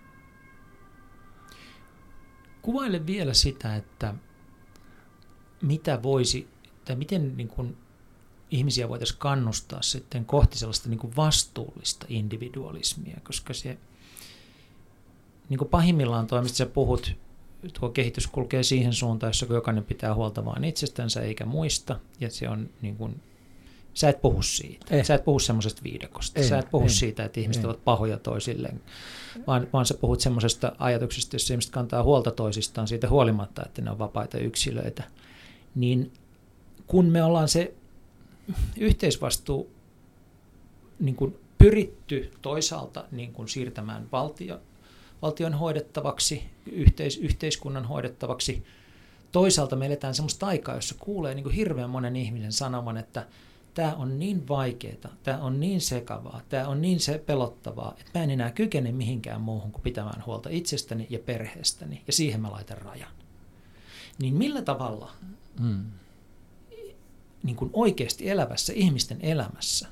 Kuvaile vielä sitä, että mitä voisi, tai miten niin kuin ihmisiä voitaisiin kannustaa sitten kohti sellaista niin kuin vastuullista individualismia, koska se niin kuin pahimmillaan toimista sä puhut, tuo kehitys kulkee siihen suuntaan, jossa jokainen pitää huolta vain itsestänsä eikä muista, ja se on niin kuin, sä et puhu siitä, ei. Sä et puhu semmoisesta viidakosta, ei, sä et puhu ei. siitä, että ihmiset ei. ovat pahoja toisilleen, vaan, vaan sä puhut semmoisesta ajatuksesta, jossa ihmiset kantaa huolta toisistaan siitä huolimatta, että ne on vapaita yksilöitä, niin kun me ollaan se yhteisvastuu niin kuin pyritty toisaalta niin kuin siirtämään valtio, valtion hoidettavaksi, yhteis- yhteiskunnan hoidettavaksi. Toisaalta me eletään semmoista aikaa, jossa kuulee niin kuin hirveän monen ihmisen sanovan, että tämä on niin vaikeaa, tämä on niin sekavaa, tämä on niin se pelottavaa, että mä en enää kykene mihinkään muuhun kuin pitämään huolta itsestäni ja perheestäni, ja siihen mä laitan rajan. Niin millä tavalla mm. niin kuin oikeasti elävässä ihmisten elämässä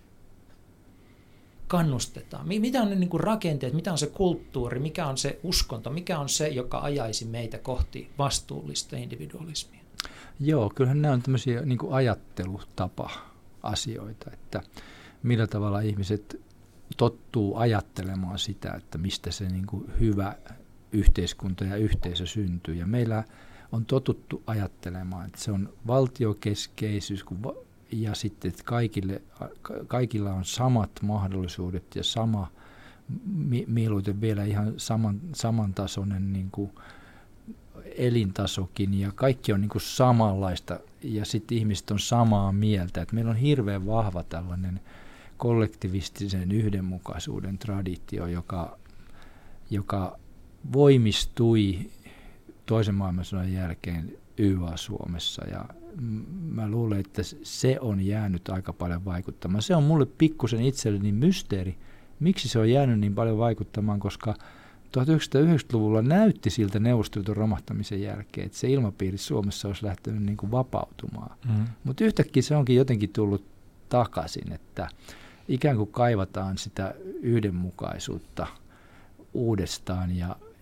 kannustetaan? Mitä on ne niin kuin rakenteet, mitä on se kulttuuri, mikä on se uskonto, mikä on se, joka ajaisi meitä kohti vastuullista individualismia? Joo, kyllähän nämä on tämmöisiä niin kuin ajattelutapa-asioita, että millä tavalla ihmiset tottuu ajattelemaan sitä, että mistä se niin kuin hyvä yhteiskunta ja yhteisö syntyy. Ja meillä on totuttu ajattelemaan, että se on valtiokeskeisyys, kun ja sitten, että kaikille, kaikilla on samat mahdollisuudet ja sama, mieluiten vielä ihan saman, samantasoinen niin kuin elintasokin, ja kaikki on niin kuin samanlaista, ja sitten ihmiset on samaa mieltä. Että meillä on hirveän vahva tällainen kollektivistisen yhdenmukaisuuden traditio, joka, joka voimistui toisen maailmansodan jälkeen Y A-Suomessa, ja mä luulen, että se on jäänyt aika paljon vaikuttamaan. Se on mulle pikkusen itselleni mysteeri, miksi se on jäänyt niin paljon vaikuttamaan, koska tuhatyhdeksänsataayhdeksänkymmentäluvulla näytti siltä Neuvostoliiton romahtamisen jälkeen, että se ilmapiiri Suomessa olisi lähtenyt niin kuin vapautumaan. Mm. Mutta yhtäkkiä se onkin jotenkin tullut takaisin, että ikään kuin kaivataan sitä yhdenmukaisuutta uudestaan, ja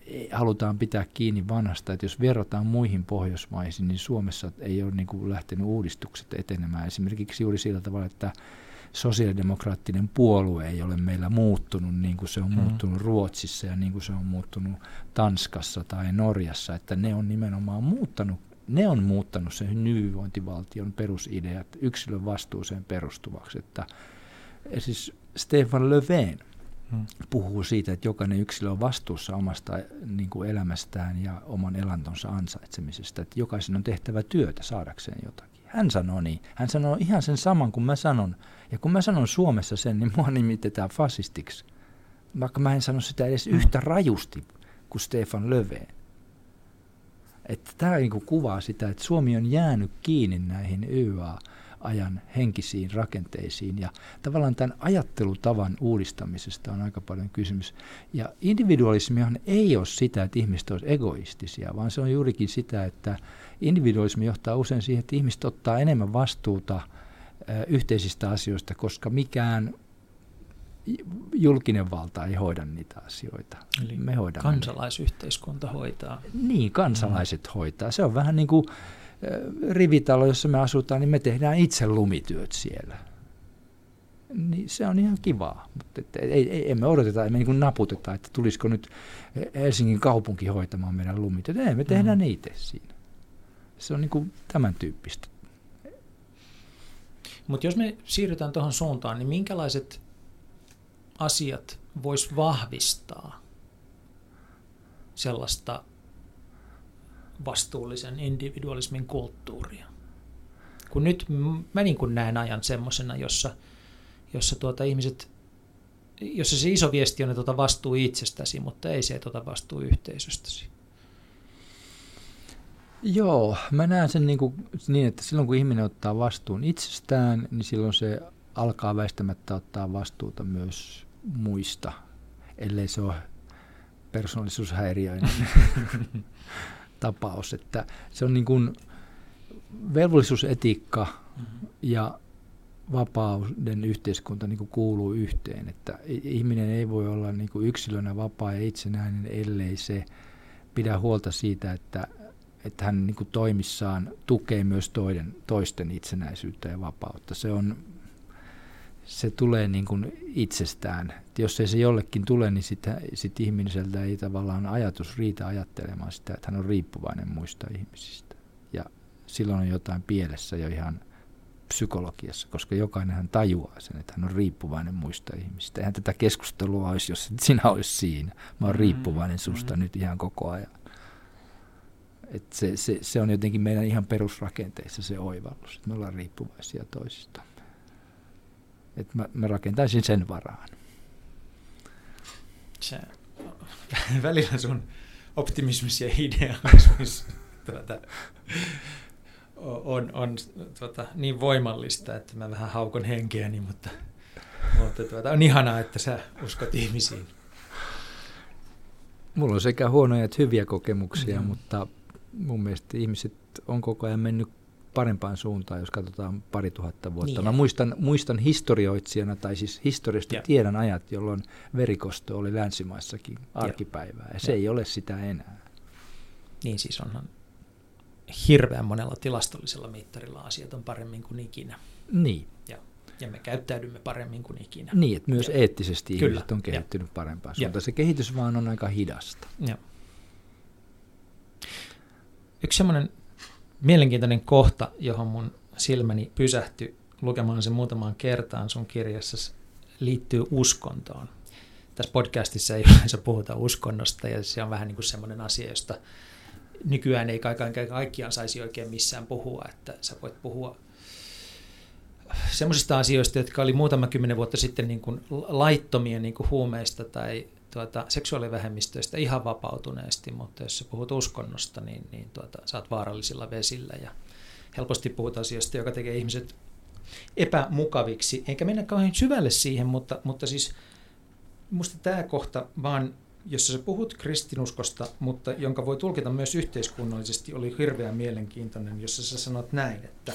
halutaan pitää kiinni vanhasta, että jos verrataan muihin Pohjoismaisiin, niin Suomessa ei ole niin kuin lähtenyt uudistukset etenemään. Esimerkiksi juuri sillä tavalla, että sosiaalidemokraattinen puolue ei ole meillä muuttunut niin kuin se on mm. muuttunut Ruotsissa ja niin kuin se on muuttunut Tanskassa tai Norjassa, että ne on nimenomaan muuttanut, ne on muuttanut sen hyvinvointivaltion perusideat yksilön vastuuseen perustuvaksi. Että, siis Stefan Löfven hmm. puhuu siitä, että jokainen yksilö on vastuussa omasta niin kuin elämästään ja oman elantonsa ansaitsemisesta, että jokaisen on tehtävä työtä saadakseen jotakin. Hän sanoo niin. Hän sanoo ihan sen saman kuin mä sanon. Ja kun mä sanon Suomessa sen, niin mua nimitetään fasistiksi. Vaikka mä en sano sitä edes hmm. yhtä rajusti kuin Stefan Löfven. Että tämä niin kuvaa sitä, että Suomi on jäänyt kiinni näihin Y A-ajan henkisiin rakenteisiin ja tavallaan tämän ajattelutavan uudistamisesta on aika paljon kysymys. Ja individualismihan ei ole sitä, että ihmiset olisivat egoistisia, vaan se on juurikin sitä, että individualismi johtaa usein siihen, että ihmiset ottaa enemmän vastuuta ö, yhteisistä asioista, koska mikään julkinen valta ei hoida niitä asioita. Eli me hoidamme. Kansalaisyhteiskunta hoitaa. Niin, kansalaiset mm. hoitaa. Se on vähän niin kuin äh, rivitalo, jossa me asutaan, niin me tehdään itse lumityöt siellä. Niin se on ihan kivaa. Mutta et, ei, ei, emme odoteta, emme niin kuin naputeta, että tulisiko nyt Helsingin kaupunki hoitamaan meidän lumityöt. Ei, me tehdään mm. itse siinä. Se on niin kuin tämän tyyppistä. Mutta jos me siirrytään tuohon suuntaan, niin minkälaiset asiat vois vahvistaa sellaista vastuullisen individualismin kulttuuria. Kun nyt mä niin kuin näen ajan semmoisena, jossa, jossa tuota ihmiset, jossa se iso viesti on, että ota vastuu itsestäsi, mutta ei se, että ota vastuu yhteisöstäsi. Joo, mä näen sen niin, kuin, niin, että silloin kun ihminen ottaa vastuun itsestään, niin silloin se alkaa väistämättä ottaa vastuuta myös muista, ellei se ole persoonallisuushäiriöinen tapaus. Että se on niin kuin velvollisuusetiikka mm-hmm. ja vapauden yhteiskunta niin kuin kuuluu yhteen. Että ihminen ei voi olla niin kuin yksilönä vapaa ja itsenäinen, ellei se pidä huolta siitä, että, että hän niin kuin toimissaan tukee myös toiden, toisten itsenäisyyttä ja vapautta. Se on Se tulee niin kuin itsestään. Et jos ei se jollekin tule, niin sitten sit ihmiseltä ei tavallaan ajatus riitä ajattelemaan sitä, että hän on riippuvainen muista ihmisistä. Ja silloin on jotain pielessä jo ihan psykologiassa, koska jokainenhan tajuaa sen, että hän on riippuvainen muista ihmisistä. Eihän tätä keskustelua olisi, jos sinä olisi siinä. Mä oon riippuvainen susta mm. nyt ihan koko ajan. Et se, se, se on jotenkin meidän ihan perusrakenteissa se oivallus, että me ollaan riippuvaisia toisista. Että mä, mä rakentaisin sen varaan. Se, välillä sun optimismis ja idealismis tuota, on, on tuota, niin voimallista, että mä vähän haukon henkeäni, mutta, mutta tuota, on ihanaa, että sä uskot ihmisiin. Mulla on sekä huonoja että hyviä kokemuksia, mm. mutta mun mielestä ihmiset on koko ajan mennyt parempaan suuntaan, jos katsotaan pari tuhatta vuotta. Niin. Mä muistan, muistan historioitsijana, tai siis historiasta ja. tiedän ajat, jolloin verikosto oli länsimaissakin arkipäivää, ja, ja se ja. ei ole sitä enää. Niin siis onhan hirveän monella tilastollisella mittarilla asiat on paremmin kuin ikinä. Niin. Ja, ja me käyttäydymme paremmin kuin ikinä. Niin, että myös ja. eettisesti Kyllä. ihmiset on kehittynyt ja. parempaan suuntaan. Ja. Se kehitys vaan on aika hidasta. Ja. Yksi semmoinen mielenkiintoinen kohta, johon mun silmäni pysähtyi lukemaan sen muutamaan kertaan sun kirjassa, liittyy uskontoon. Tässä podcastissa ei yleensä puhuta uskonnosta, ja se on vähän niin kuin semmoinen asia, josta nykyään ei kaiken kaikkiaan saisi oikein missään puhua, että sä voit puhua semmoisista asioista, jotka oli muutama kymmenen vuotta sitten niin kuin laittomia niin kuin huumeista tai tuota, seksuaalivähemmistöistä ihan vapautuneesti, mutta jos sä puhut uskonnosta, niin, niin tuota, sä oot vaarallisilla vesillä ja helposti puhut asioista, joka tekee ihmiset epämukaviksi. Enkä mennä kauhean syvälle siihen, mutta, mutta siis musta tämä kohta vaan, jossa sä puhut kristinuskosta, mutta jonka voi tulkita myös yhteiskunnallisesti, oli hirveän mielenkiintoinen, jossa sä sanot näin, että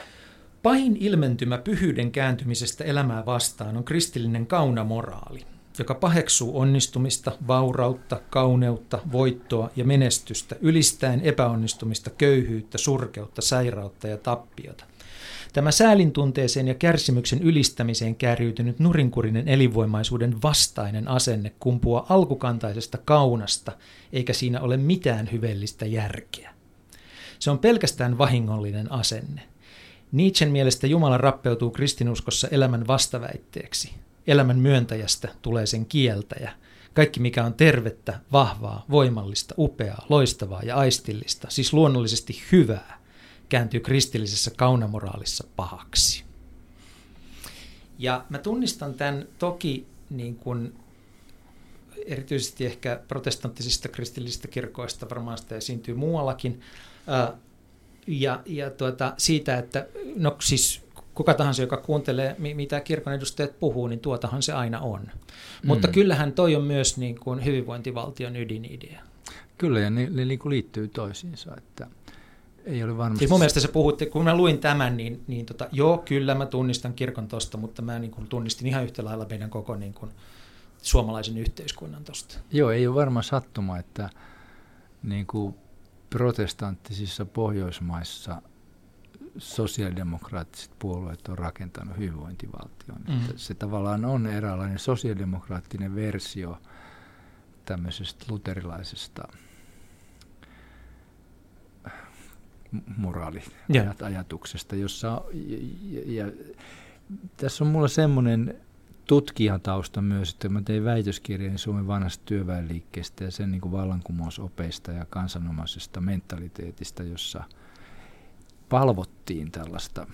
pahin ilmentymä pyhyyden kääntymisestä elämää vastaan on kristillinen kaunamoraali. joka paheksuu onnistumista, vaurautta, kauneutta, voittoa ja menestystä, ylistäen epäonnistumista, köyhyyttä, surkeutta, sairautta ja tappiota. Tämä säälintunteeseen ja kärsimyksen ylistämiseen kääriytynyt nurinkurinen elinvoimaisuuden vastainen asenne kumpuaa alkukantaisesta kaunasta, eikä siinä ole mitään hyveellistä järkeä. Se on pelkästään vahingollinen asenne. Nietzschen mielestä Jumala rappeutuu kristinuskossa elämän vastaväitteeksi. Elämän myöntäjästä tulee sen kieltäjä. Kaikki, mikä on tervettä, vahvaa, voimallista, upeaa, loistavaa ja aistillista, siis luonnollisesti hyvää, kääntyy kristillisessä kaunamoraalissa pahaksi. Ja mä tunnistan tämän toki niin kuin erityisesti ehkä protestanttisista kristillisistä kirkoista, varmaan sitä esiintyy muuallakin, ja, ja tuota, siitä, että no siis kuka tahansa, joka kuuntelee, mitä kirkon edustajat puhuu, niin tuotahan se aina on. Mm. Mutta kyllähän toi on myös niin kuin hyvinvointivaltion ydinidea. Kyllä, ja ne, ne niin kuin liittyy toisiinsa, että ei ole varmasti... Siis mun mielestä sä puhutte, kun mä luin tämän, niin, niin tota, joo, kyllä mä tunnistan kirkon tosta, mutta mä niin kuin tunnistin ihan yhtä lailla meidän koko niin kuin suomalaisen yhteiskunnan tosta. Joo, ei ole varmaan sattuma, että niin kuin protestanttisissa Pohjoismaissa sosiaalidemokraattiset puolueet on rakentanut hyvinvointivaltion. Mm. Se tavallaan on eräänlainen sosiaalidemokraattinen versio tämmöisestä luterilaisesta moraaliajatuksesta, jossa ja, ja, tässä on mulla semmoinen tutkijan tausta myös, että mä tein väitöskirjan Suomen vanhasta työväenliikkeestä ja sen niin kuin vallankumousopeista ja kansanomaisesta mentaliteetista, jossa palvottiin tällaista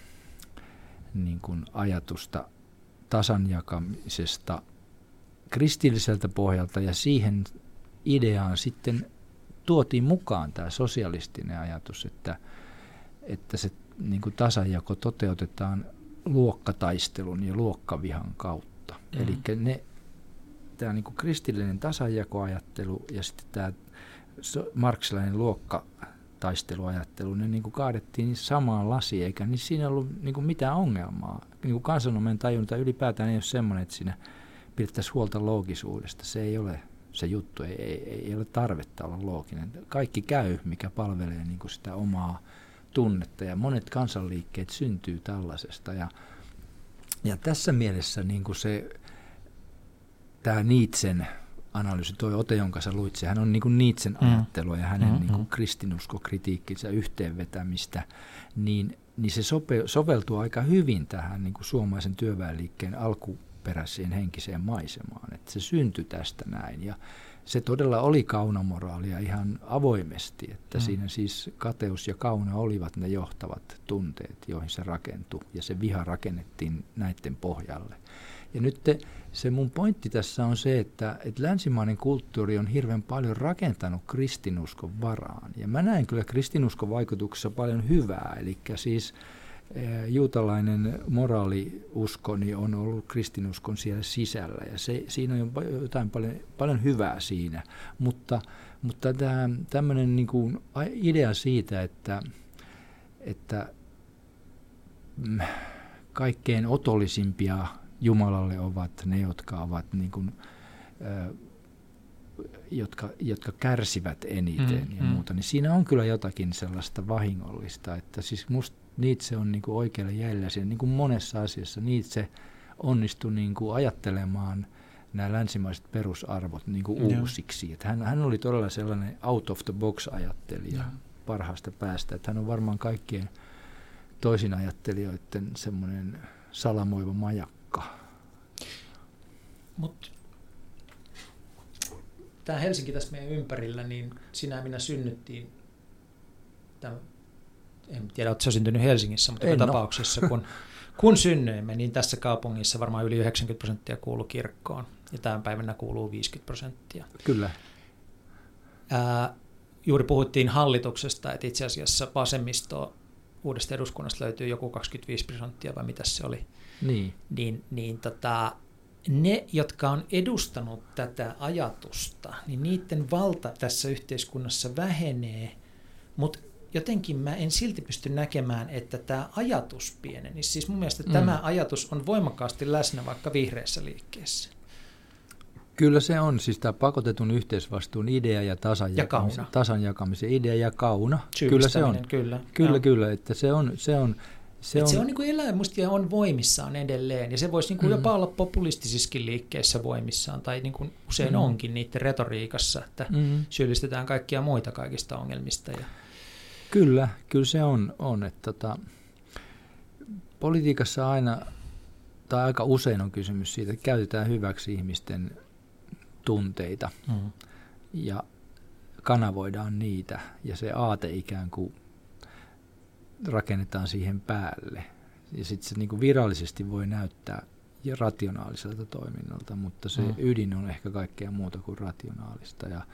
niin kuin ajatusta tasanjakamisesta kristilliseltä pohjalta, ja siihen ideaan sitten tuotiin mukaan tämä sosialistinen ajatus, että, että se niin kuin tasanjako toteutetaan luokkataistelun ja luokkavihan kautta. Mm. Eli ne, tämä niin kuin kristillinen tasanjakoajattelu ja sitten tämä marxilainen luokkataisteluajattelu, ne niin kuin kaadettiin samaan lasiin, eikä niin siinä ollut niin kuin mitään ongelmaa. Niin kuin kansanomainen tajunta ylipäätään ei ole semmoinen, että siinä pidettäisiin huolta loogisuudesta. Se ei ole se juttu, ei, ei, ei ole tarvetta olla looginen. Kaikki käy, mikä palvelee niin kuin sitä omaa tunnetta, ja monet kansanliikkeet syntyy tällaisesta. Ja, ja tässä mielessä niin kuin se, tämä Nietzschen analyysi, tuo ote, jonka sä luit, sehän on niin kuin Nietzschen mm. ajattelua ja hänen mm-hmm. niin kuin kristinuskokritiikkinsä yhteenvetämistä, niin, niin se sope, soveltuu aika hyvin tähän niin kuin suomalaisen työväenliikkeen alkuperäiseen henkiseen maisemaan. Että se syntyi tästä näin, ja se todella oli kaunamoraalia ihan avoimesti, että mm. siinä siis kateus ja kauna olivat ne johtavat tunteet, joihin se rakentui, ja se viha rakennettiin näiden pohjalle. Ja nyt te, se mun pointti tässä on se, että, että länsimainen kulttuuri on hirveän paljon rakentanut kristinuskon varaan, ja mä näen kyllä kristinuskon vaikutuksessa paljon hyvää, eli siis juutalainen moraaliusko niin on ollut kristinuskon siellä sisällä, ja se, siinä on jotain paljon, paljon hyvää siinä, mutta, mutta tämä, tämmöinen niin kuin idea siitä, että, että kaikkein otollisimpia Jumalalle ovat ne, jotka ovat niin kuin, jotka, jotka kärsivät eniten mm, ja muuta, mm. niin siinä on kyllä jotakin sellaista vahingollista, että siis musta Nietzsche on niin kuin oikealla jäljellä siinä, niin kuin monessa asiassa. Nietzsche onnistui niin kuin ajattelemaan nämä länsimaiset perusarvot niin kuin uusiksi. Että hän, hän oli todella sellainen out of the box -ajattelija ja. parhaasta päästä. Että hän on varmaan kaikkien toisinajattelijoiden semmoinen salamoiva majakka. Mut tämä Helsinki tässä meidän ympärillä, niin sinä ja minä synnyttiin tämän. En tiedä, oletko syntynyt Helsingissä, mutta joka tapauksessa, kun, kun synnyimme, niin tässä kaupungissa varmaan yli yhdeksänkymmentä prosenttia kuuluu kirkkoon, ja tämän päivänä kuuluu viisikymmentä prosenttia. Kyllä. Ää, juuri puhuttiin hallituksesta, että itse asiassa vasemmistoa uudesta eduskunnasta löytyy joku kaksikymmentäviisi prosenttia, vai mitä se oli. Niin. Niin, niin tota, ne, jotka on edustanut tätä ajatusta, niin niiden valta tässä yhteiskunnassa vähenee, mutta jotenkin mä en silti pysty näkemään, että tämä ajatus pieneni. Siis mun mielestä mm. tämä ajatus on voimakkaasti läsnä vaikka vihreässä liikkeessä. Kyllä se on, siis tämä pakotetun yhteisvastuun idea ja tasan, ja jakamisen, tasan jakamisen idea ja kauna. Kyllä se on. Kyllä, kyllä, kyllä että se on... Se on Se on, se on niin kuin elää musta ja on voimissaan edelleen, ja se voisi niin kuin mm. jopa olla populistisissakin liikkeissä voimissaan, tai niin kuin usein mm. onkin niiden retoriikassa, että mm. syyllistetään kaikkia muita kaikista ongelmista. Ja... Kyllä, kyllä se on, on että tota, politiikassa aina, tai aika usein on kysymys siitä, että käytetään hyväksi ihmisten tunteita, mm. ja kanavoidaan niitä, ja se aate ikään kuin rakennetaan siihen päälle. Ja sitten se niin kuin virallisesti voi näyttää rationaaliselta toiminnalta, mutta se mm. ydin on ehkä kaikkea muuta kuin rationaalista. Ja,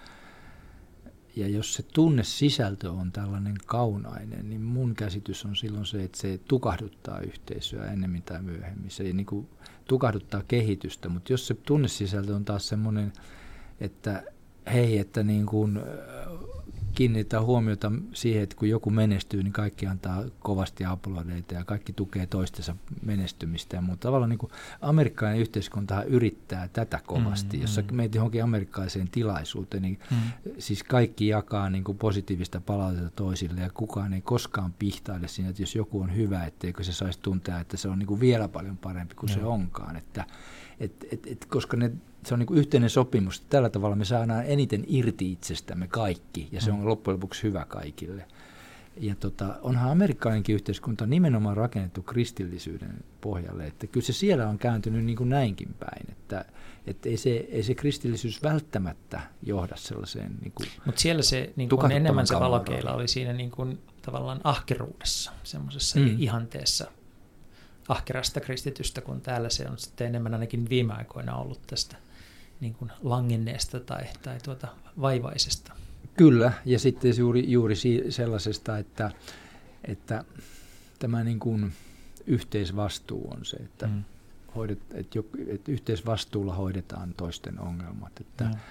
ja jos se tunnesisältö on tällainen kaunainen, niin mun käsitys on silloin se, että se tukahduttaa yhteisöä ennemmin tai myöhemmin. Se niin kuin tukahduttaa kehitystä, mutta jos se tunnesisältö on taas semmoinen, että hei, että niin kuin kiinnitetään huomiota siihen, että kun joku menestyy, niin kaikki antaa kovasti aplodeita ja kaikki tukee toistensa menestymistä. Ja muuta. Tavallaan niin kuin amerikkalainen yhteiskuntahan yrittää tätä kovasti. Mm, Jos sä meet johonkin amerikkalaiseen tilaisuuteen, niin mm. siis kaikki jakaa niin kuin positiivista palautetta toisille ja kukaan ei koskaan pihtaile siinä, että jos joku on hyvä, etteikö se saisi tuntea, että se on niin kuin vielä paljon parempi kuin mm. se onkaan. Että, et, et, et, koska ne se on niin kuin yhteinen sopimus. Tällä tavalla me saadaan eniten irti itsestämme kaikki, ja se on loppujen lopuksi hyvä kaikille. Ja tota, onhan amerikkalainenkin yhteiskunta nimenomaan rakennettu kristillisyyden pohjalle, että kyllä se siellä on kääntynyt niin kuin näinkin päin, että, että ei, se, ei se kristillisyys välttämättä johda sellaiseen niin kuin mutta siellä se niin kuin enemmän se valokeila oli siinä niin kuin tavallaan ahkeruudessa, semmoisessa mm. ihanteessa ahkerasta kristitystä, kun täällä se on sitten enemmän ainakin viime aikoina ollut tästä niin kuin langenneesta tai, tai tuota vaivaisesta. Kyllä, ja sitten juuri, juuri sellaisesta, että, että tämä niin kuin yhteisvastuu on se, että, mm. hoidet, että, jo, että yhteisvastuulla hoidetaan toisten ongelmat. Että, mm.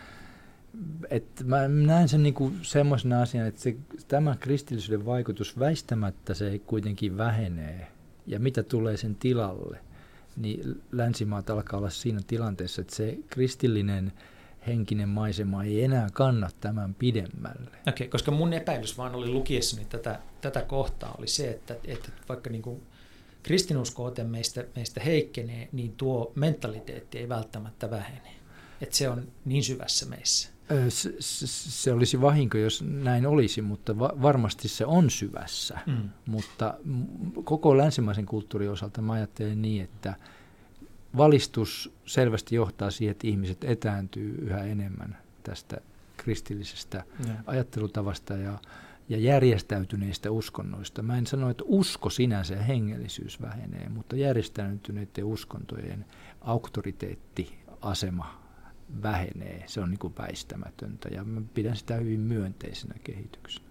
että mä näen sen niin kuin semmoisena asiana, että se, tämä kristillisyyden vaikutus väistämättä se kuitenkin vähenee, ja mitä tulee sen tilalle, niin länsimaat alkaa olla siinä tilanteessa, että se kristillinen henkinen maisema ei enää kanna tämän pidemmälle. Okei, okay, koska mun epäilys vaan oli lukiessani tätä, tätä kohtaa oli se, että, että vaikka niin kuin kristinusko-ote meistä, meistä heikkenee, niin tuo mentaliteetti ei välttämättä vähene. Että se on niin syvässä meissä. Se, se, se olisi vahinko, jos näin olisi, mutta va- varmasti se on syvässä. Mm. Mutta koko länsimaisen kulttuurin osalta mä ajattelen niin, että valistus selvästi johtaa siihen, että ihmiset etääntyy yhä enemmän tästä kristillisestä ja. ajattelutavasta ja, ja järjestäytyneistä uskonnoista. Mä en sano, että usko sinänsä ja hengellisyys vähenee, mutta järjestäytyneiden uskontojen auktoriteettiasema vähenee. Se on niin kuin väistämätöntä ja mä pidän sitä hyvin myönteisenä kehityksenä.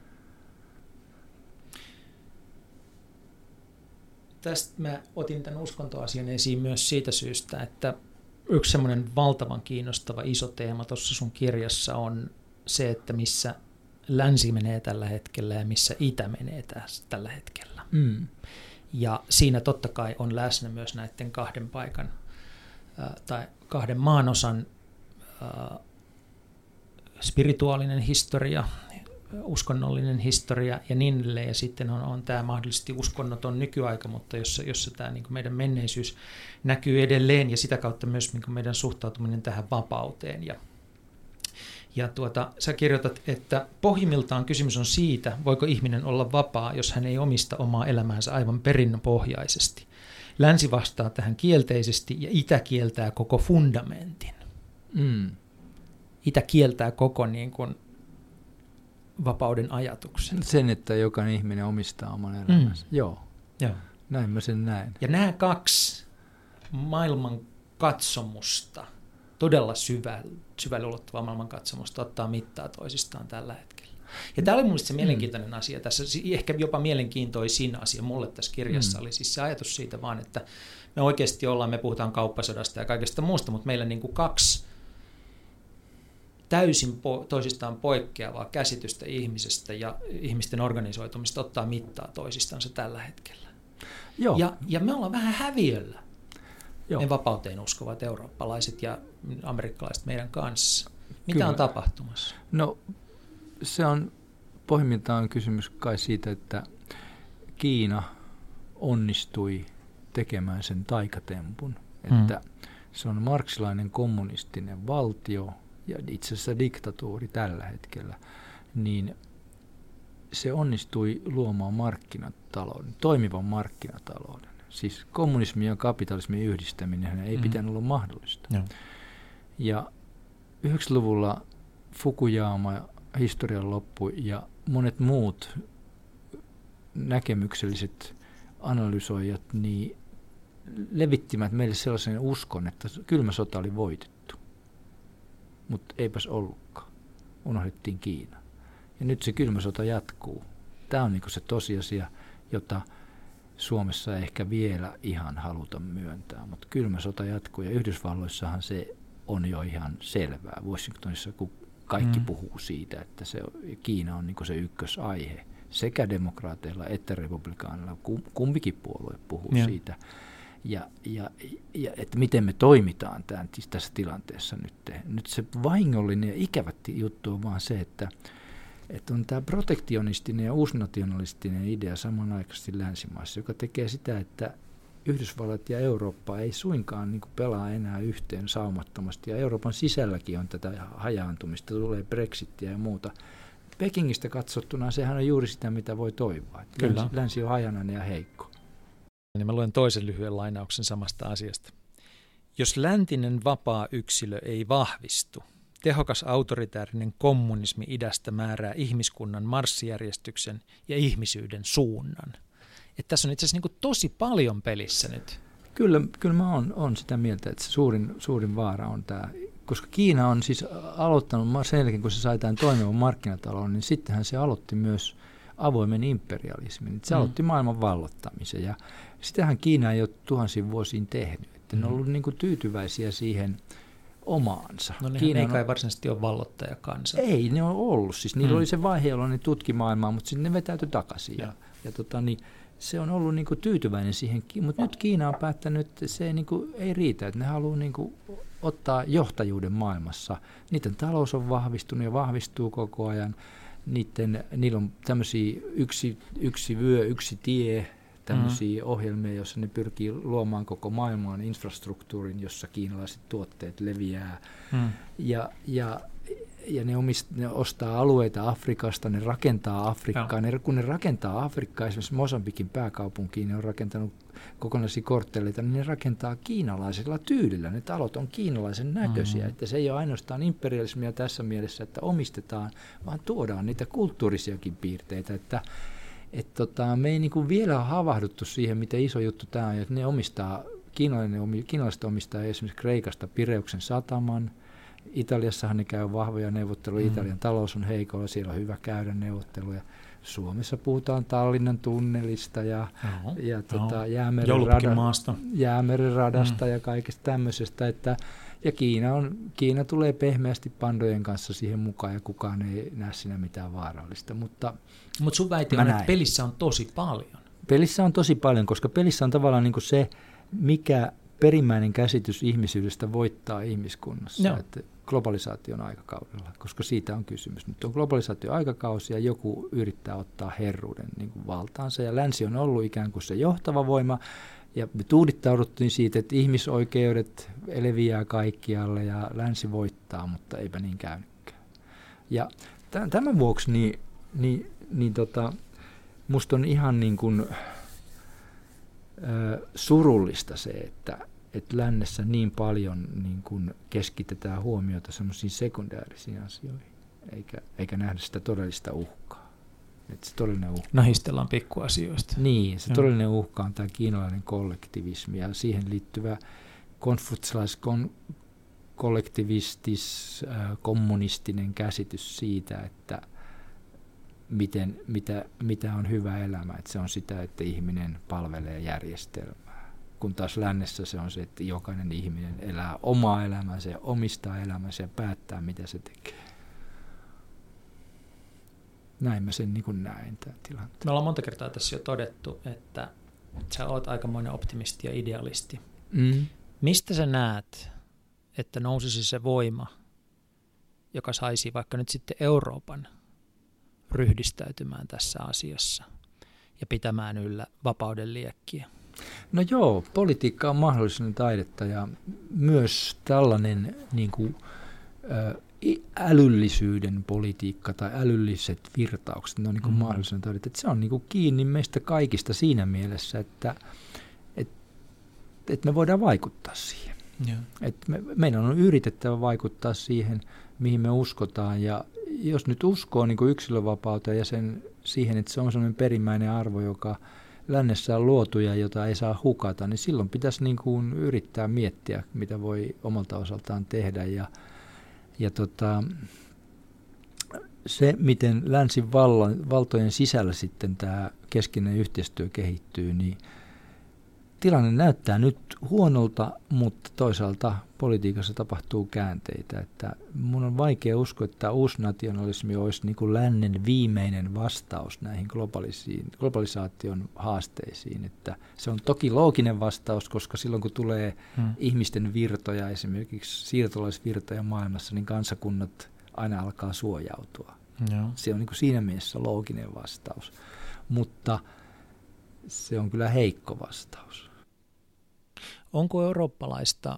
Tästä mä otin tämän uskontoasian esiin myös siitä syystä, että yksi semmoinen valtavan kiinnostava iso teema tuossa sun kirjassa on se, että missä länsi menee tällä hetkellä ja missä itä menee tällä hetkellä. Mm. Ja siinä totta kai on läsnä myös näiden kahden paikan äh, tai kahden maanosan äh, spirituaalinen historia, uskonnollinen historia ja niin edelleen, ja sitten on, on tämä mahdollisesti uskonnoton nykyaika, mutta jossa, jossa tämä niin kuin meidän menneisyys näkyy edelleen, ja sitä kautta myös niin kuin meidän suhtautuminen tähän vapauteen. Ja, ja tuota, sä kirjoitat, että pohjimmiltaan kysymys on siitä, voiko ihminen olla vapaa, jos hän ei omista omaa elämäänsä aivan perinnönpohjaisesti. Länsi vastaa tähän kielteisesti, ja itä kieltää koko fundamentin. Mm. Itä kieltää koko niin kuin vapauden ajatuksen. Sen, että jokainen ihminen omistaa oman elämänsä. Mm. Joo. Joo, näin mä sen näen. Ja nämä kaksi maailman katsomusta, todella syvälle, syvälle ulottuvaa maailman katsomusta, ottaa mittaa toisistaan tällä hetkellä. Ja tämä oli minusta se mielenkiintoinen mm. asia tässä, ehkä jopa mielenkiintoisin asia mulle tässä kirjassa mm. oli siis se ajatus siitä vaan, että me oikeasti ollaan, me puhutaan kauppasodasta ja kaikesta muusta, mutta meillä niin kuin kaksi täysin po- toisistaan poikkeavaa käsitystä ihmisestä ja ihmisten organisoitumista ottaa mittaa toisistansa tällä hetkellä. Joo. Ja, ja me ollaan vähän häviöllä. Joo. Ne vapauteen uskovat eurooppalaiset ja amerikkalaiset meidän kanssa. Mitä Kyllä. on tapahtumassa? No se on pohjimmiltaan kysymys kai siitä, että Kiina onnistui tekemään sen taikatempun, että hmm. se on marksilainen kommunistinen valtio ja itse asiassa diktatuuri tällä hetkellä, niin se onnistui luomaan markkinatalouden, toimivan markkinatalouden. Siis kommunismin ja kapitalismin yhdistäminen ei hmm. pitänyt olla mahdollista. No. Ja yhdeksänkymmentäluvulla Fukuyama historian loppu ja monet muut näkemykselliset analysoijat niin levittivät meille sellaisen uskon, että kylmä sota oli voitettu. Mutta eipäs ollutkaan. Unohdettiin Kiina. Ja nyt se kylmä sota jatkuu. Tämä on niinku se tosiasia, jota Suomessa ei ehkä vielä ihan haluta myöntää. Mutta kylmä sota jatkuu ja Yhdysvalloissahan se on jo ihan selvää. Washingtonissa, kun kaikki mm. puhuu siitä, että se, Kiina on niinku se ykkösaihe. Sekä demokraateilla että republikaanilla, kumpikin puolue puhuu ja. siitä. Ja, ja, ja että miten me toimitaan tämän, tässä tilanteessa nyt. Nyt se vahingollinen ja ikävä juttu on vaan se, että, että on tämä protektionistinen ja uusnationalistinen idea samanaikaisesti länsimaissa, joka tekee sitä, että Yhdysvallat ja Eurooppa ei suinkaan niin kuin pelaa enää yhteen saumattomasti. Ja Euroopan sisälläkin on tätä hajaantumista, tulee Brexittiä ja muuta. Pekingistä katsottuna sehän on juuri sitä, mitä voi toivoa. Länsi, länsi on hajanainen ja heikko. Niin mä luen toisen lyhyen lainauksen samasta asiasta. Jos läntinen vapaa yksilö ei vahvistu, tehokas autoritäärinen kommunismi idästä määrää ihmiskunnan marssijärjestyksen ja ihmisyyden suunnan. Että tässä on itse asiassa niin kuin tosi paljon pelissä nyt. Kyllä, kyllä mä oon, oon sitä mieltä, että se suurin, suurin vaara on tämä. Koska Kiina on siis aloittanut sen jälkeen, kun se sai tämän toimivan markkinatalouden, niin sittenhän se aloitti myös avoimen imperialismin. Se mm. aloitti maailman vallottamisen ja sitähän Kiina ei ole tuhansiin vuosiin tehnyt. Että mm. ne on ollut niin kuin tyytyväisiä siihen omaansa. No nehän ei kai varsinaisesti ole vallottajakansa. Ei, ne on ollut. Siis niillä mm. oli se vaihe, jolloin ne tutki maailmaa, mutta sitten ne vetäytyi takaisin. Ja, ja tota, niin, se on ollut niin kuin tyytyväinen siihen, mutta nyt Kiina on päättänyt, että se ei, niin kuin, ei riitä, että ne haluaa niin kuin ottaa johtajuuden maailmassa. Niiden talous on vahvistunut ja vahvistuu koko ajan. Niiden, niillä on tämmöisiä yksi, yksi vyö, yksi tie, tämmöisiä mm. ohjelmia, joissa ne pyrkii luomaan koko maailmaan infrastruktuurin, jossa kiinalaiset tuotteet leviää. Mm. Ja, ja, ja ne, omist, ne ostaa alueita Afrikasta, ne rakentaa Afrikkaa. Ne, kun ne rakentaa Afrikkaa, esimerkiksi Mosambikin pääkaupunkiin, ne on rakentanut kokonaisia kortteleita, niin ne rakentaa kiinalaisella tyylillä. Ne talot on kiinalaisen näköisiä, mm. että se ei ole ainoastaan imperialismia tässä mielessä, että omistetaan, vaan tuodaan niitä kulttuurisiakin piirteitä, että et tota, me ei niinku vielä ole havahduttu siihen, miten iso juttu tämä on, että ne omistaa, kiinalaiset omistaa esimerkiksi Kreikasta Pireuksen sataman. Italiassahan ne käy vahvoja neuvotteluja, mm. Italian talous on heikolla, siellä on hyvä käydä neuvotteluja. Suomessa puhutaan Tallinnan tunnelista ja, no, ja tota, no. Jäämeren, rada, Jäämeren radasta mm. ja kaikesta tämmöisestä. Että, ja Kiina, on, Kiina tulee pehmeästi pandojen kanssa siihen mukaan ja kukaan ei näe siinä mitään vaarallista. Mutta Mut sun väite on, että pelissä on tosi paljon. Pelissä on tosi paljon, koska pelissä on tavallaan niin kuin se, mikä perimmäinen käsitys ihmisyydestä voittaa ihmiskunnassa. No. Että globalisaation aikakaudella, koska siitä on kysymys. Nyt on globalisaation aikakausi ja joku yrittää ottaa herruuden niin kuin valtaansa ja länsi on ollut ikään kuin se johtava voima ja me tuudittauduttiin siitä, että ihmisoikeudet leviää kaikkialle ja länsi voittaa, mutta eipä niin käynytkään. Ja tämän vuoksi niin, niin, niin tota, musta on ihan niin kuin, äh, surullista se, että että lännessä niin paljon niin kun keskitetään huomiota semmoisiin sekundäärisiin asioihin, eikä, eikä nähdä sitä todellista uhkaa. Että se todellinen uhka. Nahistellaan pikkuasioista. Niin, se Joo. todellinen uhka on tämä kiinalainen kollektivismi ja siihen liittyvä konfutsialais-kollektivistis, äh, kommunistinen käsitys siitä, että miten, mitä, mitä on hyvä elämä. Että se on sitä, että ihminen palvelee järjestelmää. Kun taas lännessä se on se, että jokainen ihminen elää omaa elämänsä ja omistaa elämänsä ja päättää, mitä se tekee. Näin mä sen niin kuin näen tämän tilanteen. Me ollaan monta kertaa tässä jo todettu, että sä oot aikamoinen optimisti ja idealisti. Mm. Mistä sä näet, että nousisi se voima, joka saisi vaikka nyt sitten Euroopan ryhdistäytymään tässä asiassa ja pitämään yllä vapauden liekkiä? No joo, politiikka on mahdollisen taidetta ja myös tällainen niin kuin, ä, älyllisyyden politiikka tai älylliset virtaukset, ne on niin kuin mm-hmm. mahdollisen taidetta. Että se on niin kuin kiinni meistä kaikista siinä mielessä, että et, et me voidaan vaikuttaa siihen. Yeah. Et me, meidän on yritettävä vaikuttaa siihen, mihin me uskotaan ja jos nyt uskoo niin kuin yksilönvapauteen ja sen, siihen, että se on sellainen perimmäinen arvo, joka lännessä on luotu ja jota ei saa hukata, niin silloin pitäisi niin kuin yrittää miettiä, mitä voi omalta osaltaan tehdä. Ja, ja tota, se, miten länsin vallan, valtojen sisällä sitten tämä keskinäinen yhteistyö kehittyy, niin tilanne näyttää nyt huonolta, mutta toisaalta politiikassa tapahtuu käänteitä. Että mun on vaikea uskoa, että uusnationalismi olisi niin kuin lännen viimeinen vastaus näihin globalisaation haasteisiin. Että se on toki looginen vastaus, koska silloin kun tulee hmm. ihmisten virtoja, esimerkiksi siirtolaisvirtoja maailmassa, niin kansakunnat aina alkaa suojautua. Ja. Se on niin kuin siinä mielessä looginen vastaus, mutta se on kyllä heikko vastaus. Onko eurooppalaista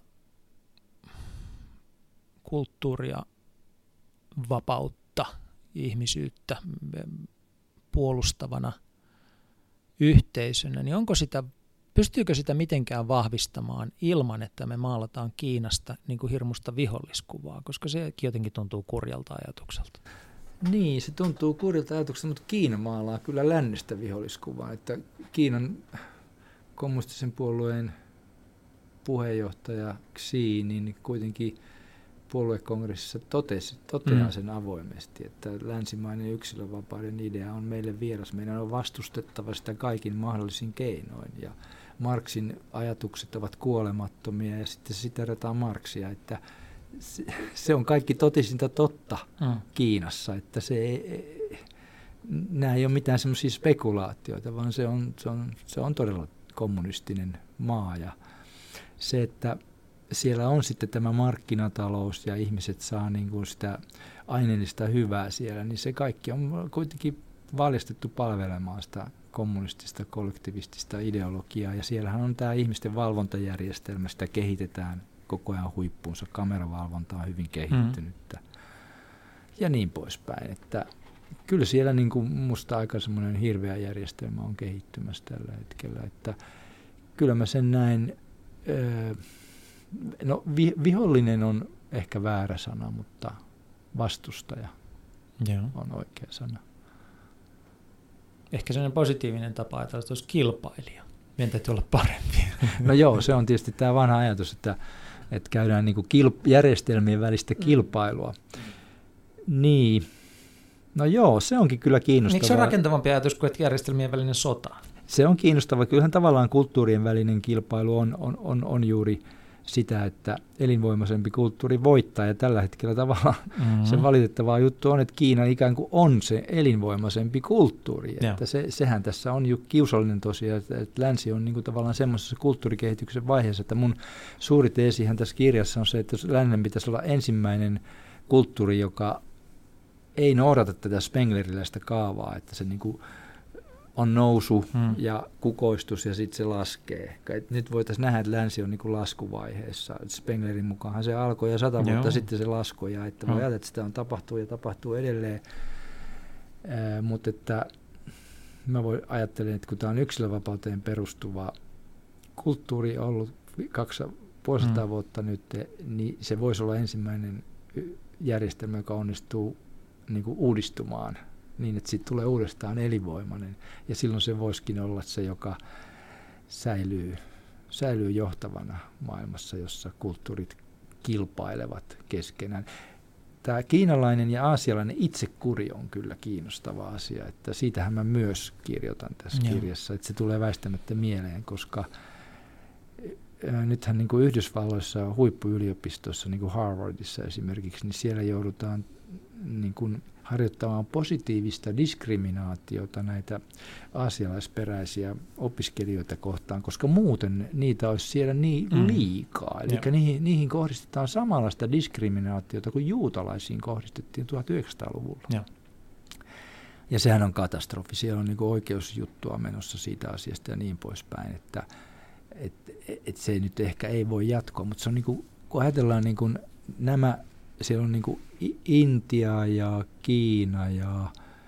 kulttuuria, vapautta, ihmisyyttä puolustavana yhteisönä, niin onko sitä, pystyykö sitä mitenkään vahvistamaan ilman, että me maalataan Kiinasta niin kuin hirmusta viholliskuvaa, koska sekin jotenkin tuntuu kurjalta ajatukselta? Niin, se tuntuu kurjalta ajatukselta, mutta Kiina maalaa kyllä lännestä viholliskuvaa, että Kiinan kommunistisen puolueen puheenjohtaja Xi niin kuitenkin puoluekongressissa totesi, toteaa sen avoimesti, että länsimainen yksilönvapauden idea on meille vieras. Meidän on vastustettava sitä kaikin mahdollisin keinoin. Ja Marxin ajatukset ovat kuolemattomia ja sitten siteerataan Marxia, että se, se on kaikki totisinta totta mm. Kiinassa, että se ei, nämä ei ole mitään semmoisia spekulaatioita, vaan se on, se on, se on todella kommunistinen maa ja se, että siellä on sitten tämä markkinatalous ja ihmiset saa niin kuin sitä aineellista hyvää siellä, niin se kaikki on kuitenkin valjastettu palvelemaan sitä kommunistista, kollektivistista ideologiaa. Ja siellähän on tämä ihmisten valvontajärjestelmä, sitä kehitetään koko ajan huippuunsa, kameravalvonta on hyvin kehittynyttä mm. ja niin poispäin. Että kyllä siellä niin kuin musta aika semmoinen hirveä järjestelmä on kehittymässä tällä hetkellä, että kyllä mä sen näin. Öö, no vi, vihollinen on ehkä väärä sana, mutta vastustaja Joo. on oikea sana. Ehkä sellainen positiivinen tapa ajatella, että olisi kilpailija. Meidän täytyy olla parempia. No joo, se on tietysti tämä vanha ajatus, että, että käydään niin kuin kilp- järjestelmien välistä kilpailua. Mm. Niin, no joo, se onkin kyllä kiinnostavaa. Miksi se on rakentavampi ajatus kuin että järjestelmien välinen sota? Se on kiinnostava. Kyllähän tavallaan kulttuurien välinen kilpailu on, on, on, on juuri sitä, että elinvoimaisempi kulttuuri voittaa. Ja tällä hetkellä tavallaan mm-hmm. se valitettava juttu on, että Kiina ikään kuin on se elinvoimaisempi kulttuuri. Että se, sehän tässä on jo kiusallinen tosiaan, että, että länsi on niin kuin tavallaan semmoisessa kulttuurikehityksen vaiheessa, että mun suuri teesihän tässä kirjassa on se, että lännen pitäisi olla ensimmäinen kulttuuri, joka ei noudata tätä Spengleriläistä kaavaa, että se niin kuin on nousu hmm. ja kukoistus ja sitten se laskee. Et nyt voitaisiin nähdä, että länsi on niinku laskuvaiheessa. Et Spenglerin mukaan se alkoi ja sata vuotta Joo. sitten se laskoi. Ja että voi hmm. ajatella, että sitä on tapahtuu ja tapahtuu edelleen. Äh, mutta että mä voi ajattelen, että kun tämä on yksilövapauteen perustuva kulttuuri ollut kaksisataa hmm. vuotta nyt, niin se voisi olla ensimmäinen järjestelmä, joka onnistuu niinku uudistumaan niin, että siitä tulee uudestaan elinvoimainen. Ja silloin se voisikin olla se, joka säilyy, säilyy johtavana maailmassa, jossa kulttuurit kilpailevat keskenään. Tämä kiinalainen ja aasialainen itsekuri on kyllä kiinnostava asia. Että siitähän mä myös kirjoitan tässä Joo. kirjassa, että se tulee väistämättä mieleen, koska nythän niin kuin Yhdysvalloissa huippuyliopistossa, niin kuin Harvardissa esimerkiksi, niin siellä joudutaan niin kuin harjoittamaan positiivista diskriminaatiota näitä aasialaisperäisiä opiskelijoita kohtaan, koska muuten niitä olisi siellä niin mm. liikaa. Eli niihin, niihin kohdistetaan samanlaista diskriminaatiota kuin juutalaisiin kohdistettiin tuhatyhdeksänsataaluvulla. Ja, ja sehän on katastrofi. Siellä on niin kuin oikeusjuttua menossa siitä asiasta ja niin poispäin, että et, et se nyt ehkä ei voi jatkoa, mutta se on niin kuin, kun ajatellaan niin kuin nämä, siellä on niin kuin Intia ja Kiina ja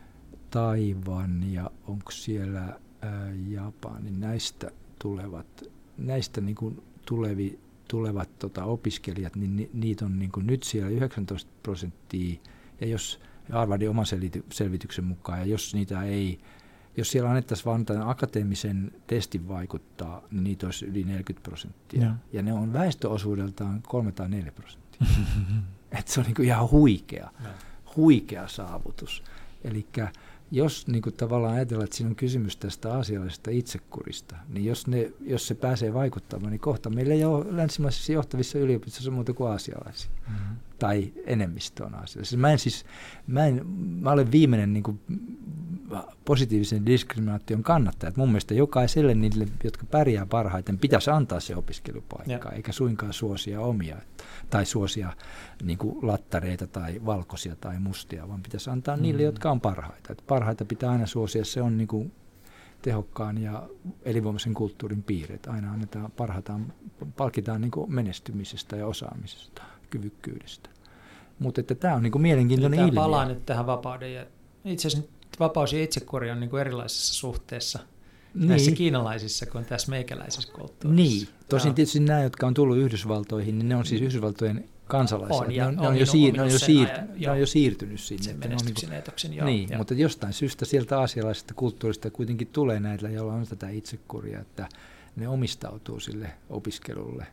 Taiwan ja onko siellä ää, Japani, näistä tulevat, näistä niin kuin tulevi, tulevat tota, opiskelijat, niin ni, niitä on niin kuin nyt siellä yhdeksäntoista prosenttia, ja jos Harvardin oman selvityksen mukaan, ja jos niitä ei, jos siellä annettaisiin vain tämän akateemisen testin vaikuttaa, niin niitä olisi yli neljäkymmentä prosenttia. Ja, ja ne on väestöosuudeltaan kolme tai neljä prosenttia. Että se on niinku ihan huikea, ja. huikea saavutus. Elikkä jos niinku tavallaan ajatellaan, että siinä on kysymys tästä aasialaisesta itsekurista, niin jos, ne, jos se pääsee vaikuttamaan, niin kohta meillä ei ole länsimaisissa johtavissa yliopistoissa muuta kuin aasialaisia. Mm-hmm. Tai enemmistö on aasialaisia. Mä, en siis, mä, en, mä olen viimeinen niinku positiivisen diskriminaation kannattaja. Mun mielestä jokaiselle niille, jotka pärjää parhaiten, pitäisi antaa se opiskelupaikka, ja. eikä suinkaan suosia omia tai suosia niin kuin lattareita tai valkoisia tai mustia, vaan pitäisi antaa mm. niille, jotka on parhaita. Et parhaita pitää aina suosia, se on niin kuin tehokkaan ja elinvoimaisen kulttuurin piirre. Aina annetaan parhaita, palkitaan niin kuin menestymisestä ja osaamisesta, kyvykkyydestä. Mutta tämä on niin kuin mielenkiintoinen ilmiö. Tämä palaa nyt tähän vapauden ja itse asiassa vapaus ja itsekuri on niin kuin erilaisessa suhteessa niin. näissä kiinalaisissa kuin tässä meikäläisessä kulttuurissa. Niin, tosin tietysti nämä, jotka on tullut Yhdysvaltoihin, niin ne on siis Yhdysvaltojen kansalaisia. On, ja ne on, on, ne on, jo, siir, ne on, jo, siir, ajan, ne on jo siirtynyt sinne. Sen menestyksen niin etoksen, joo. Niin, joo. mutta jostain syystä sieltä aasialaisesta kulttuurista kuitenkin tulee näitä, joilla on tätä itsekuria, että ne omistautuu sille opiskelulle.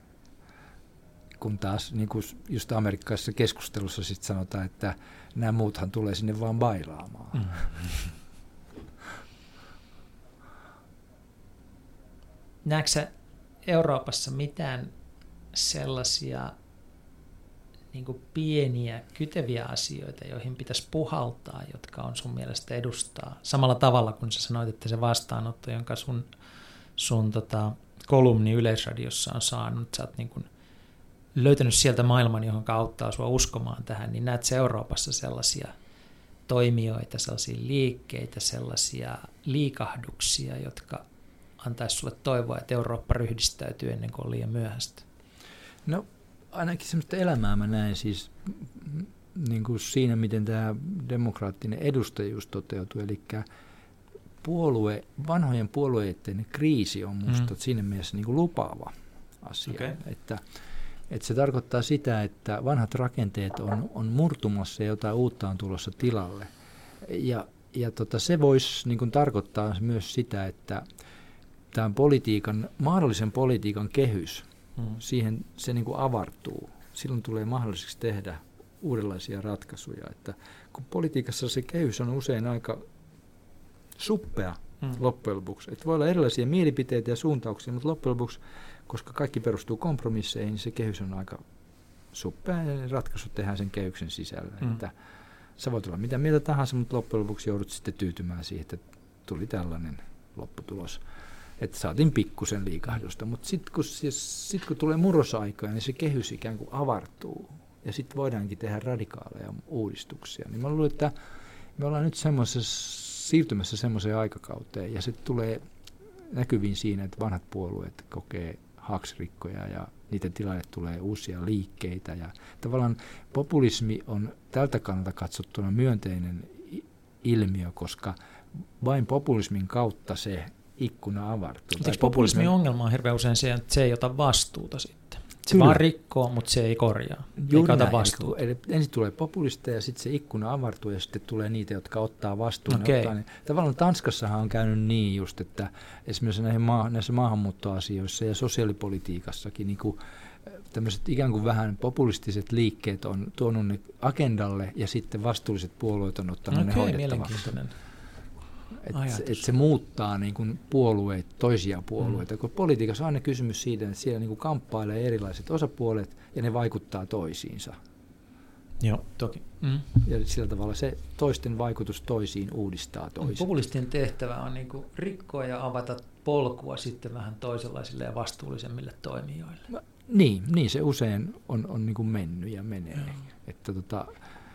Kun taas niin kuin just amerikkalaisessa keskustelussa sit sanotaan, että nämä muuthan tulee sinne vaan bailaamaan. Mm. Näetkö sä Euroopassa mitään sellaisia niin kuin pieniä, kyteviä asioita, joihin pitäisi puhaltaa, jotka on sun mielestä edustaa? Samalla tavalla, kun sä sanoit, että se vastaanotto, jonka sun, sun tota, kolumni Yleisradiossa on saanut, sä oot niin kuin löytänyt sieltä maailman, johon auttaa sua uskomaan tähän, niin näet sä Euroopassa sellaisia toimijoita, sellaisia liikkeitä, sellaisia liikahduksia, jotka antaisi sulle toivoa, että Eurooppa ryhdistäytyy ennen kuin on liian myöhäistä? No ainakin semmoista elämää mä näen siis niin kuin siinä, miten tämä demokraattinen edustajuus toteutuu, eli puolue, vanhojen puolueiden kriisi on musta mm. siinä mielessä niin kuin lupaava asia, okay. että Että se tarkoittaa sitä, että vanhat rakenteet on, on murtumassa ja jotain uutta on tulossa tilalle. Ja, ja tota, se voisi niin kuin tarkoittaa myös sitä, että tämän politiikan, mahdollisen politiikan kehys, mm. siihen se niin kuin avartuu. Silloin tulee mahdolliseksi tehdä uudenlaisia ratkaisuja. Että kun politiikassa se kehys on usein aika suppea mm. loppujen lopuksi. Että voi olla erilaisia mielipiteitä ja suuntauksia, mutta loppujen lopuksi koska kaikki perustuu kompromisseihin, niin se kehys on aika suppea ja ratkaisut tehdään sen kehyksen sisällä. Mm. Että sä voit olla mitä mieltä tahansa, mutta loppujen lopuksi joudut sitten tyytymään siihen, että tuli tällainen lopputulos. Että saatiin pikkusen liikahdusta, mutta sitten kun, siis, sit, kun tulee murrosaikaa, niin se kehys ikään kuin avartuu ja sitten voidaankin tehdä radikaaleja uudistuksia. Niin mä luulen, että me ollaan nyt siirtymässä semmoiseen aikakauteen ja se tulee näkyviin siinä, että vanhat puolueet kokee haaksirikkoja ja niiden tilalle tulee uusia liikkeitä. Ja tavallaan populismi on tältä kannalta katsottuna myönteinen ilmiö, koska vain populismin kautta se ikkuna avartuu. Eikö populismin ongelma on hirveän usein se, että se ei ota vastuuta sitten? Se Kyllä. vaan rikkoo, mutta se ei korjaa. Juuri ei ota vastuuta. Eli ensin tulee populisteja ja sitten se ikkuna avartuu ja sitten tulee niitä, jotka ottaa vastuun. Okay. Ottaa, niin, tavallaan Tanskassahan on käynyt niin just, että esimerkiksi näihin maa, näissä maahanmuuttoasioissa ja sosiaalipolitiikassakin niin kuin tämmöiset ikään kuin vähän populistiset liikkeet on tuonut ne agendalle ja sitten vastuulliset puolueet on ottanut okay, ne hoidettavaksi. Että et se muuttaa niin kuin puolueet, toisia puolueita, mm. kun politiikassa on aina kysymys siitä, että siellä niin kuin kamppailee erilaiset osapuolet ja ne vaikuttaa toisiinsa. Joo, toki. Mm. Ja sillä tavalla se toisten vaikutus toisiin uudistaa toisiin. Populistien tehtävä on niin kuin rikkoa ja avata polkua sitten vähän toisenlaisille ja vastuullisemmille toimijoille. Niin, niin se usein on, on niin kuin mennyt ja menee. Mm. Että tota,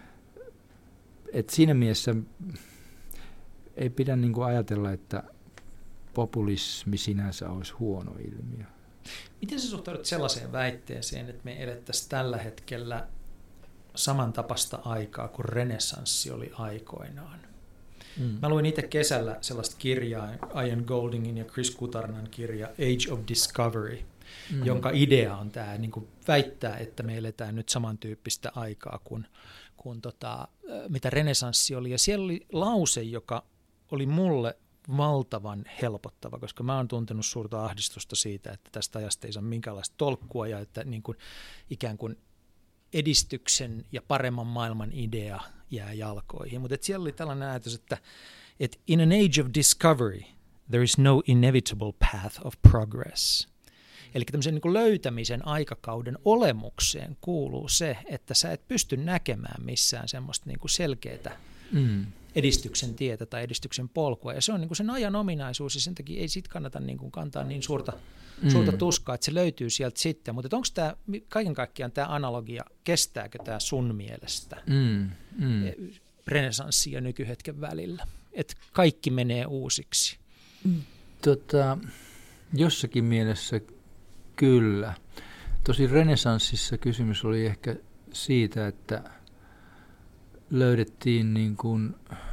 et siinä mielessä ei pidä niin kuin ajatella, että populismi sinänsä olisi huono ilmiö. Miten sä suhtaudut sellaiseen väitteeseen, että me elettäisiin tällä hetkellä samantapaista aikaa kuin renessanssi oli aikoinaan? Mm. Mä luin itse kesällä sellaista kirjaa, Ian Goldingin ja Chris Kutarnan kirja Age of Discovery, mm. jonka idea on tämä niin kuin väittää, että me eletään nyt samantyyppistä aikaa kuin, kuin tota, mitä renessanssi oli. Ja siellä oli lause, joka oli mulle valtavan helpottava, koska mä oon tuntenut suurta ahdistusta siitä, että tästä ajasta ei saa minkäänlaista tolkkua ja että niin kuin, ikään kuin edistyksen ja paremman maailman idea jää jalkoihin. Mutta siellä oli tällainen ajatus, että, että in an age of discovery, there is no inevitable path of progress. Eli tämmöisen niin kuin löytämisen aikakauden olemukseen kuuluu se, että sä et pysty näkemään missään semmoista niin kuin selkeää mm. edistyksen tietä tai edistyksen polkua. Ja se on niin kuin sen ajan ominaisuus, ja sen takia ei siitä kannata niin kuin kantaa niin suurta, mm. suurta tuskaa, että se löytyy sieltä sitten. Mutta onko tämä, kaiken kaikkiaan tämä analogia, kestääkö tämä sun mielestä mm. Mm. renessanssi ja nykyhetken välillä? Että kaikki menee uusiksi. Tota, jossakin mielessä kyllä. Tosin renessanssissa kysymys oli ehkä siitä, että löydettiin niin kuin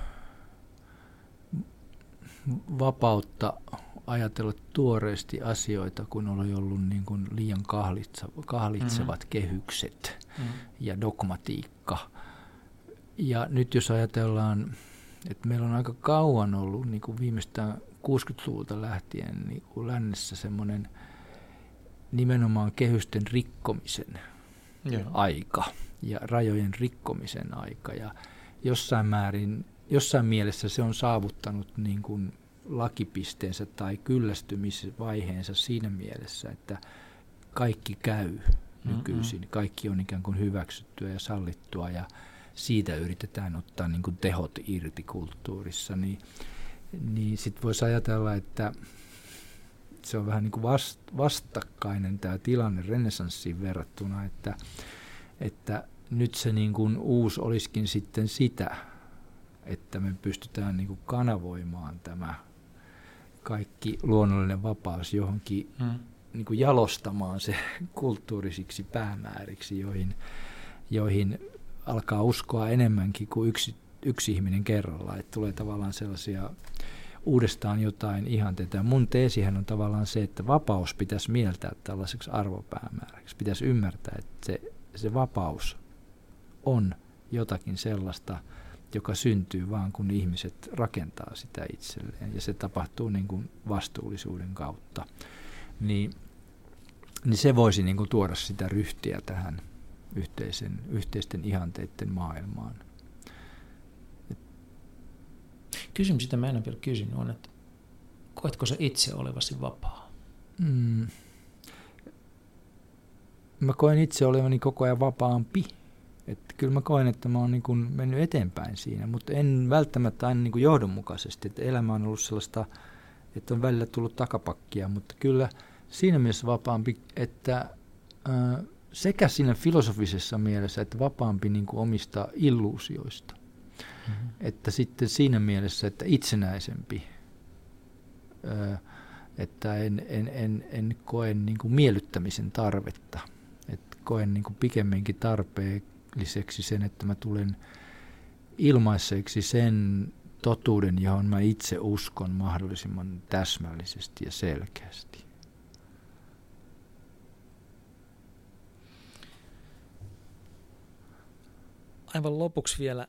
vapautta ajatella tuoreesti asioita, kun oli ollut niin kuin liian kahlitsevat mm-hmm. kehykset mm-hmm. ja dogmatiikka. Ja nyt jos ajatellaan, että meillä on aika kauan ollut niin kuin viimeistään kuusikymmentäluvulta lähtien niin kuin lännessä semmoinen nimenomaan kehysten rikkomisen Joo. aika ja rajojen rikkomisen aika. Ja jossain määrin, jossain mielessä se on saavuttanut niin kuin lakipisteensä tai kyllästymisvaiheensa siinä mielessä, että kaikki käy nykyisin. Mm-hmm. Kaikki on ikään kuin hyväksyttyä ja sallittua ja siitä yritetään ottaa niin kuin tehot irti kulttuurissa. Niin, niin sitten voisi ajatella, että se on vähän niin kuin vast, vastakkainen tämä tilanne renessanssiin verrattuna, että, että nyt se niin kuin uusi olisikin sitten sitä, että me pystytään niin kuin kanavoimaan tämä kaikki luonnollinen vapaus johonkin, hmm. niin kuin jalostamaan se kulttuurisiksi päämääriksi, joihin, joihin alkaa uskoa enemmänkin kuin yksi, yksi ihminen kerrallaan, että tulee tavallaan sellaisia uudestaan jotain ihanteita. Mun teesihän on tavallaan se, että vapaus pitäisi mieltää tällaiseksi arvopäämääräksi. Pitäisi ymmärtää, että se, se vapaus on jotakin sellaista, joka syntyy vaan kun ihmiset rakentaa sitä itselleen. Ja se tapahtuu niin kuin vastuullisuuden kautta. Niin, niin se voisi niin kuin tuoda sitä ryhtiä tähän yhteisen, yhteisten ihanteiden maailmaan. Kysymys, sitä mä en ole vielä kysynyt, on, että koetko sä itse olevasi vapaa? Mm. Mä koen itse olevani koko ajan vapaampi. Että kyllä mä koen, että mä oon niin kuin mennyt eteenpäin siinä, mutta en välttämättä aina niin kuin johdonmukaisesti. Että elämä on ollut sellaista, että on välillä tullut takapakkia, mutta kyllä siinä mielessä vapaampi, että äh, sekä siinä filosofisessa mielessä, että vapaampi niin kuin omista illuusioista. Mm-hmm. Että sitten siinä mielessä, että itsenäisempi, ö, että en, en, en, en koe niin kuin miellyttämisen tarvetta, että koen niin kuin pikemminkin tarpeelliseksi sen, että mä tulen ilmaiseksi sen totuuden, johon mä itse uskon mahdollisimman täsmällisesti ja selkeästi. Aivan lopuksi vielä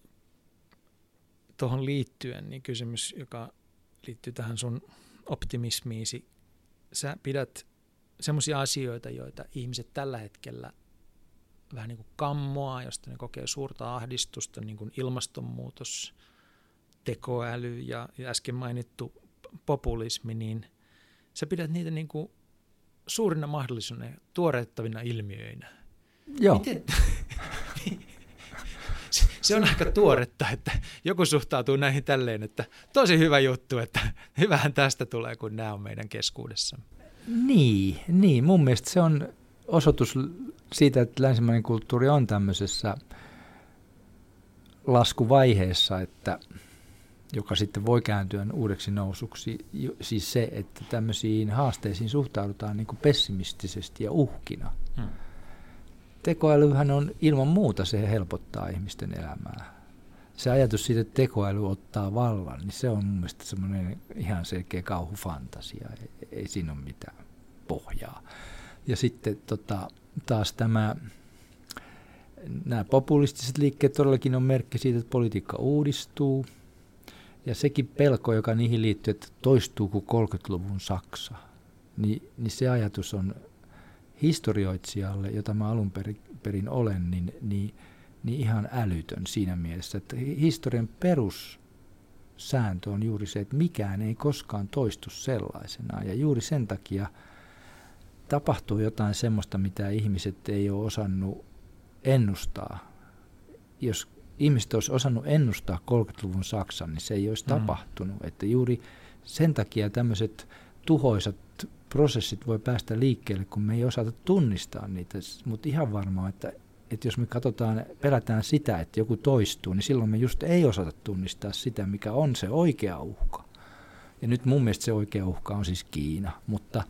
tuohon liittyen, niin kysymys, joka liittyy tähän sun optimismiisi. Sä pidät semmoisia asioita, joita ihmiset tällä hetkellä vähän niin kuin kammoaa, josta ne kokee suurta ahdistusta, niin kuin ilmastonmuutos, tekoäly ja, ja äsken mainittu populismi, niin sä pidät niitä niin kuin suurina mahdollisuutena, tuoreettavina ilmiöinä. Joo. Miten, se on aika tuoretta, että joku suhtautuu näihin tälleen, että tosi hyvä juttu, että hyvähän tästä tulee, kun nämä on meidän keskuudessamme. Niin, niin, mun mielestä se on osoitus siitä, että länsimainen kulttuuri on tämmöisessä laskuvaiheessa, että, joka sitten voi kääntyä uudeksi nousuksi. Siis se, että tämmöisiin haasteisiin suhtaudutaan niin kuin pessimistisesti ja uhkina. Hmm. Tekoälyhän on ilman muuta, se helpottaa ihmisten elämää. Se ajatus siitä, että tekoäly ottaa vallan, niin se on mun mielestä semmoinen ihan selkeä kauhufantasia. Ei, ei siinä ole mitään pohjaa. Ja sitten tota, taas tämä, nämä populistiset liikkeet todellakin on merkki siitä, että politiikka uudistuu. Ja sekin pelko, joka niihin liittyy, että toistuuko kolmekymmentäluvun Saksa, niin, niin se ajatus on historioitsijalle, jota mä alun perin, perin olen, niin, niin, niin ihan älytön siinä mielessä, että historian perussääntö on juuri se, että mikään ei koskaan toistu sellaisenaan. Ja juuri sen takia tapahtuu jotain semmoista, mitä ihmiset ei ole osannut ennustaa. Jos ihmiset olisi osannut ennustaa kolmekymmentäluvun Saksan, niin se ei olisi mm. tapahtunut. Että juuri sen takia tämmöiset tuhoisat prosessit voi päästä liikkeelle, kun me ei osata tunnistaa niitä. Mutta ihan varmaa, että, että jos me katsotaan, pelätään sitä, että joku toistuu, niin silloin me just ei osata tunnistaa sitä, mikä on se oikea uhka. Ja nyt mun mielestä se oikea uhka on siis Kiina. Mutta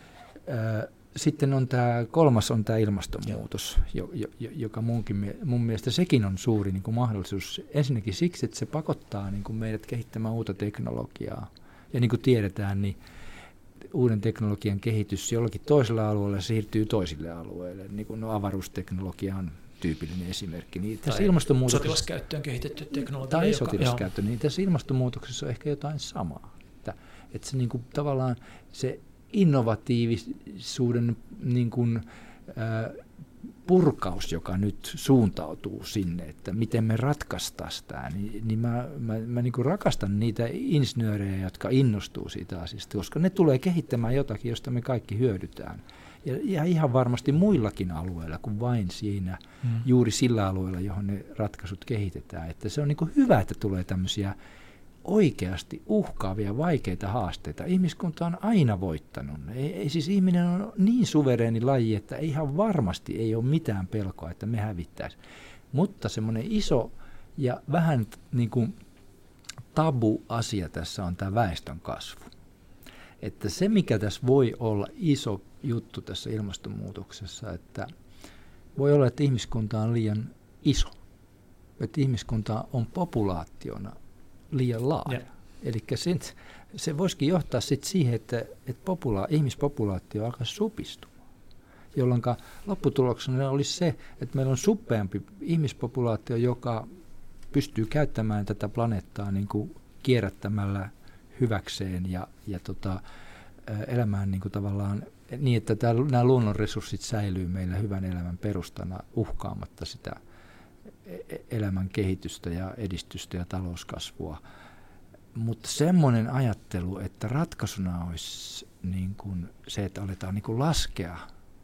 äh, sitten on tämä kolmas on tämä ilmastonmuutos, jo, jo, joka munkin, mun mielestä sekin on suuri niin kuin mahdollisuus. Ensinnäkin siksi, että se pakottaa niin kuin meidät kehittämään uutta teknologiaa. Ja niin kuin tiedetään, niin uuden teknologian kehitys jollakin toisella alueella siirtyy toisille alueille. Niin kuin no, avaruusteknologia on tyypillinen esimerkki. Niin tässä sotilaskäyttöön kehitetty teknologia. Tai sotilaskäyttö. Niin tässä ilmastonmuutoksessa on ehkä jotain samaa. Että, että se niin kuin, tavallaan se innovatiivisuuden niin kuin, äh, purkaus, joka nyt suuntautuu sinne, että miten me ratkaistaan sitä, niin, niin mä, mä, mä niin kuin rakastan niitä insinöörejä, jotka innostuu siitä asiasta, koska ne tulee kehittämään jotakin, josta me kaikki hyödytään. Ja, ja ihan varmasti muillakin alueilla kuin vain siinä, mm. juuri sillä alueella, johon ne ratkaisut kehitetään. Että se on niin kuin hyvä, että tulee tämmöisiä oikeasti uhkaavia, vaikeita haasteita. Ihmiskunta on aina voittanut. Ei, ei, siis ihminen on niin suvereeni laji, että ihan varmasti ei ole mitään pelkoa, että me hävittäisiin. Mutta semmoinen iso ja vähän niin kuin tabu asia tässä on tämä väestön kasvu. Että se, mikä tässä voi olla iso juttu tässä ilmastonmuutoksessa, että voi olla, että ihmiskunta on liian iso. Että ihmiskunta on populaationa liian laaja. Eli se, se voisikin johtaa sit siihen, että, että popula- ihmispopulaatio alkaa supistumaan, jolloin lopputuloksena olisi se, että meillä on suppeampi ihmispopulaatio, joka pystyy käyttämään tätä planeettaa niin kuin kierrättämällä hyväkseen ja, ja tota, elämään niin kuin tavallaan niin, että tämä, nämä luonnonresurssit säilyy meillä hyvän elämän perustana uhkaamatta sitä elämän kehitystä ja edistystä ja talouskasvua. Mutta semmoinen ajattelu, että ratkaisuna olisi niin kuin se, että aletaan niin kuin laskea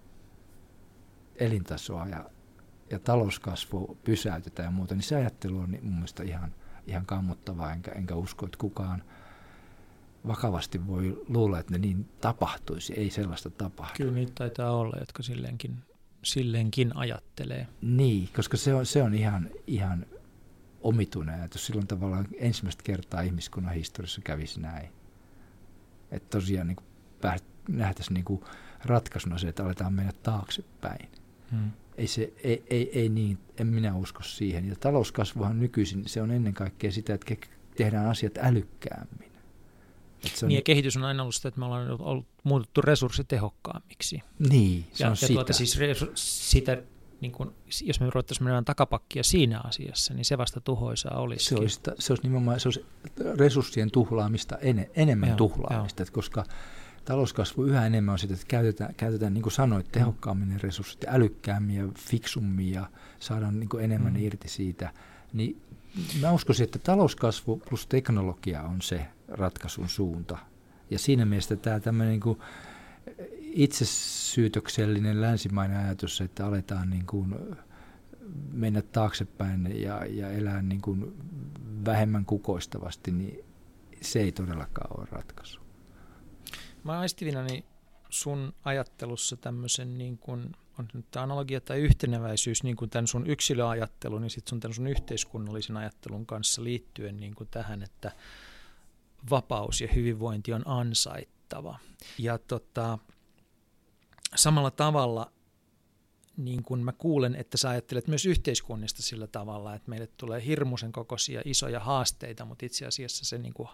elintasoa ja, ja talouskasvu pysäytetään ja muuta, niin se ajattelu on mun mielestä ihan, ihan kammottavaa, enkä, enkä usko, että kukaan vakavasti voi luulla, että ne niin tapahtuisi. Ei sellaista tapahdu. Kyllä niitä taitaa olla, jotka silleenkin silleenkin ajattelee. Niin, koska se on, se on ihan, ihan omituinen ajatus. Silloin tavallaan ensimmäistä kertaa ihmiskunnan historiassa kävisi näin. Että tosiaan niin nähtäisiin niin ratkaisuna se, että aletaan mennä taaksepäin. Hmm. Ei, se, ei, ei, ei niin, en minä usko siihen. Ja talouskasvuhan nykyisin, se on ennen kaikkea sitä, että tehdään asiat älykkäämmin. On niin ja kehitys on aina ollut sitä, että me ollaan ollut muutettu resurssitehokkaammiksi. Niin, se ja, on ja sitä. Tuota, siis sitä, niin kun, jos me ruvettaisiin menemään takapakkia siinä asiassa, niin se vasta tuhoisaa olisi. Se olisi, se olisi nimenomaan se olisi resurssien tuhlaamista, en, enemmän joo, tuhlaamista, että koska talouskasvu yhä enemmän on sitä, että käytetään, käytetään niin kuin sanoit, tehokkaammin ne resurssit ja älykkäämmin ja fiksummin ja saadaan niin kuin enemmän mm. irti siitä. Niin mä uskoisin, että talouskasvu plus teknologia on se ratkaisun suunta. Ja siinä mielessä tämä tämmöinen niin kuin itsesyytöksellinen länsimainen ajatus, että aletaan niin kuin mennä taaksepäin ja, ja elää niin kuin vähemmän kukoistavasti, niin se ei todellakaan ole ratkaisu. Mä aistivinani sun ajattelussa tämmöisen, niin kuin, on nyt analogia tai yhteneväisyys, niin kuin tämän sun yksilöajattelun ja sitten sun, tämän sun yhteiskunnallisen ajattelun kanssa liittyen niin kuin tähän, että vapaus ja hyvinvointi on ansaittava. Ja tota, samalla tavalla niin kun mä kuulen, että sä ajattelet myös yhteiskunnista sillä tavalla, että meille tulee hirmuisen kokoisia isoja haasteita, mutta itse asiassa se niin kuin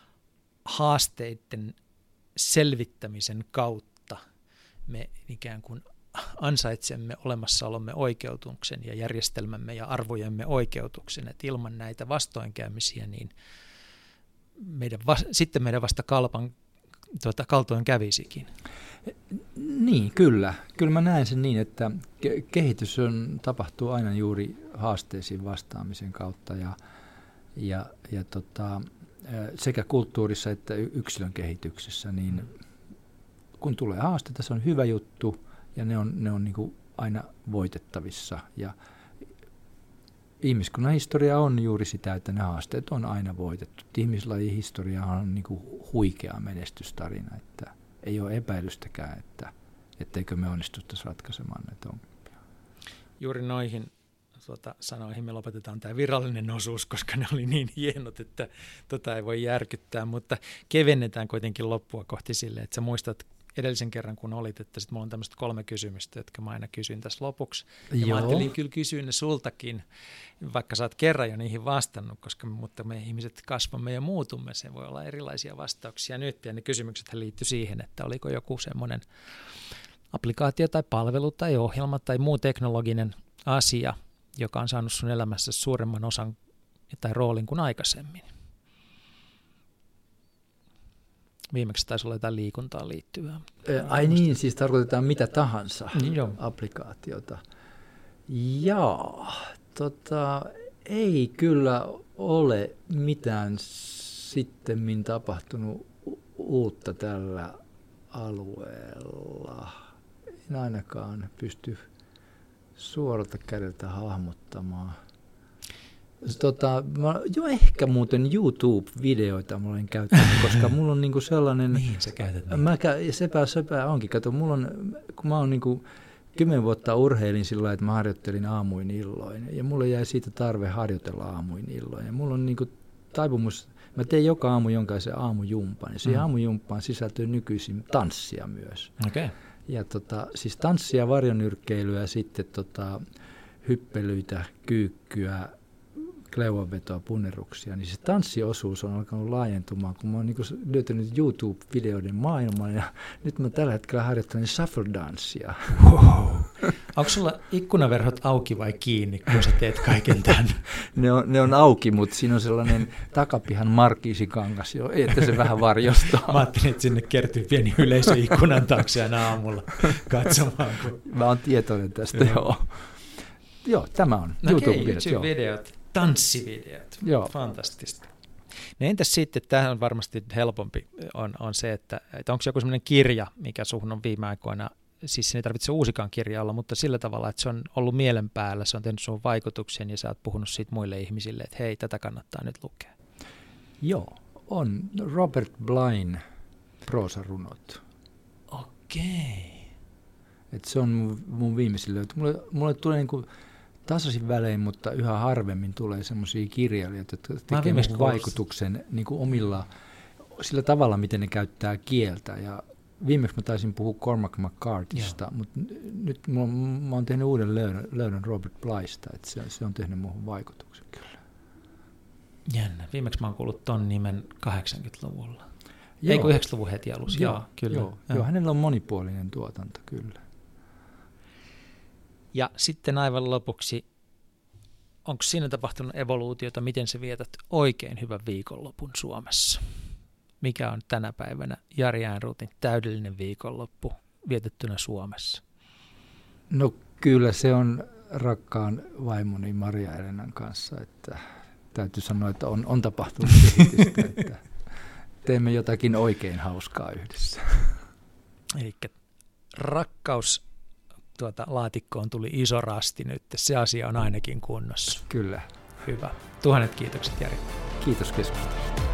haasteiden selvittämisen kautta me ikään kuin ansaitsemme olemassaolomme oikeutuksen ja järjestelmämme ja arvojemme oikeutuksen, että ilman näitä vastoinkäymisiä niin meidän va- sitten meidän vasta kalpan, tuota, kaltoin kävisikin. Niin, kyllä. Kyllä mä näen sen niin, että ke- kehitys on, tapahtuu aina juuri haasteisiin vastaamisen kautta ja, ja, ja tota, sekä kulttuurissa että yksilön kehityksessä, niin kun tulee haasteita, se on hyvä juttu ja ne on, ne on niin kuin aina voitettavissa. Ja ihmiskunnan historia on juuri sitä, että ne haasteet on aina voitettu. Ihmislajin historia on niin kuin huikea menestystarina, että ei ole epäilystäkään, että etteikö me onnistuttaisi ratkaisemaan näitä ongelmia. Juuri noihin tuota, sanoihin me lopetetaan tämä virallinen osuus, koska ne oli niin hienot, että tota ei voi järkyttää, mutta kevennetään kuitenkin loppua kohti sille, että sä muistat edellisen kerran, kun olit, että sit mulla on tämmöiset kolme kysymystä, jotka mä aina kysyn tässä lopuksi. Ja Joo. mä ajattelin kyllä kysyä ne sultakin, vaikka sä oot kerran jo niihin vastannut, koska mutta me ihmiset kasvamme ja muutumme, se voi olla erilaisia vastauksia nyt. Ja ne kysymykset liittyy siihen, että oliko joku semmoinen applikaatio tai palvelu tai ohjelma tai muu teknologinen asia, joka on saanut sun elämässä suuremman osan tai roolin kuin aikaisemmin. Viimeksi taisi olla jotain liikuntaan liittyvää. Ai niin, siis tarkoitetaan mitä tahansa Joo. applikaatiota. Jaa, tota, ei kyllä ole mitään sittemmin tapahtunut uutta tällä alueella. En ainakaan pysty suoralta kädeltä hahmottamaan. Tota, mä, jo ehkä muuten YouTube-videoita mä olen käyttänyt, koska mulla on niinku sellainen... Niin, sä käytät niitä. Mä kä- sepä, sepä onkin. Kato, mulla on, kun mä oon niinku kymmen vuotta urheilin sillä lailla, että mä harjoittelin aamuin illoin. Ja mulle jäi siitä tarve harjoitella aamuin illoin. Ja mulla on niinku taipumus, mä teen joka aamu jonkaisen aamujumpan. Ja siihen mm. aamujumpaan sisältyy nykyisin tanssia myös. Okay. Ja tota, siis tanssia, varjonyrkkeilyä, sitten tota, hyppelyitä, kyykkyä, kleuanvetoa, punneruksia, niin se tanssiosuus on alkanut laajentumaan, kun mä oon niin löytänyt YouTube-videoiden maailman, ja nyt mä tällä hetkellä harjoittelen shuffle-danssia. Wow. Onko sulla ikkunaverhot auki vai kiinni, kun sä teet kaiken tämän? ne, on, ne on auki, mutta siinä on sellainen takapihan markiisikangas, jo, että se vähän varjostaa. Mä ajattelin, että sinne kertyy pieni yleisö ikkunan taakse aina aamulla katsomaan. Kun... Mä oon tietoinen tästä, joo. joo. Joo, tämä on no YouTube-videot. Okay, YouTube-videot. Tanssivideot, Joo. Fantastista. No entäs sitten, tämähän on varmasti helpompi, on, on se, että, että onko joku sellainen kirja, mikä suhun on viime aikoina, siis se ei tarvitse uusikaan kirja olla, mutta sillä tavalla, että se on ollut mielen päällä, se on tehnyt sun vaikutuksen ja sä oot puhunut siitä muille ihmisille, että hei, tätä kannattaa nyt lukea. Joo, on Robert Blyne proosarunot. Okei. Että se on mun, mun viimeisin löytö. Mulle, mulle tulee niin kuin tasaisin välein, mutta yhä harvemmin tulee semmoisia kirjailijoita, jotka tekevät vaikutuksen niin kuin omilla, sillä tavalla, miten ne käyttää kieltä. Ja viimeksi mä taisin puhua Cormac McCarthysta, Joo. mutta nyt mä, mä oon tehnyt uuden löydön, löydön Robert Blysta, että se, se on tehnyt muuhun vaikutuksen kyllä. Jännä. Viimeksi mä oon kuullut ton nimen kahdeksankymmentäluvulla. Joo. Ei kun yhdeksänkymmentäluvun heti alussa. Joo, Joo, kyllä. Joo, Joo, hänellä on monipuolinen tuotanto kyllä. Ja sitten aivan lopuksi, onko siinä tapahtunut evoluutiota, miten sä vietät oikein hyvän viikonlopun Suomessa? Mikä on tänä päivänä Jari Ehrnroothin täydellinen viikonloppu vietettynä Suomessa? No kyllä se on rakkaan vaimoni Maria Elenan kanssa, että täytyy sanoa, että on, on tapahtunut kehitystä, että teemme jotakin oikein hauskaa yhdessä. Eli rakkaus tuota, laatikkoon tuli iso rasti nyt. Se asia on ainakin kunnossa. Kyllä. Hyvä. Tuhannet kiitokset, Jari. Kiitos keskustelusta.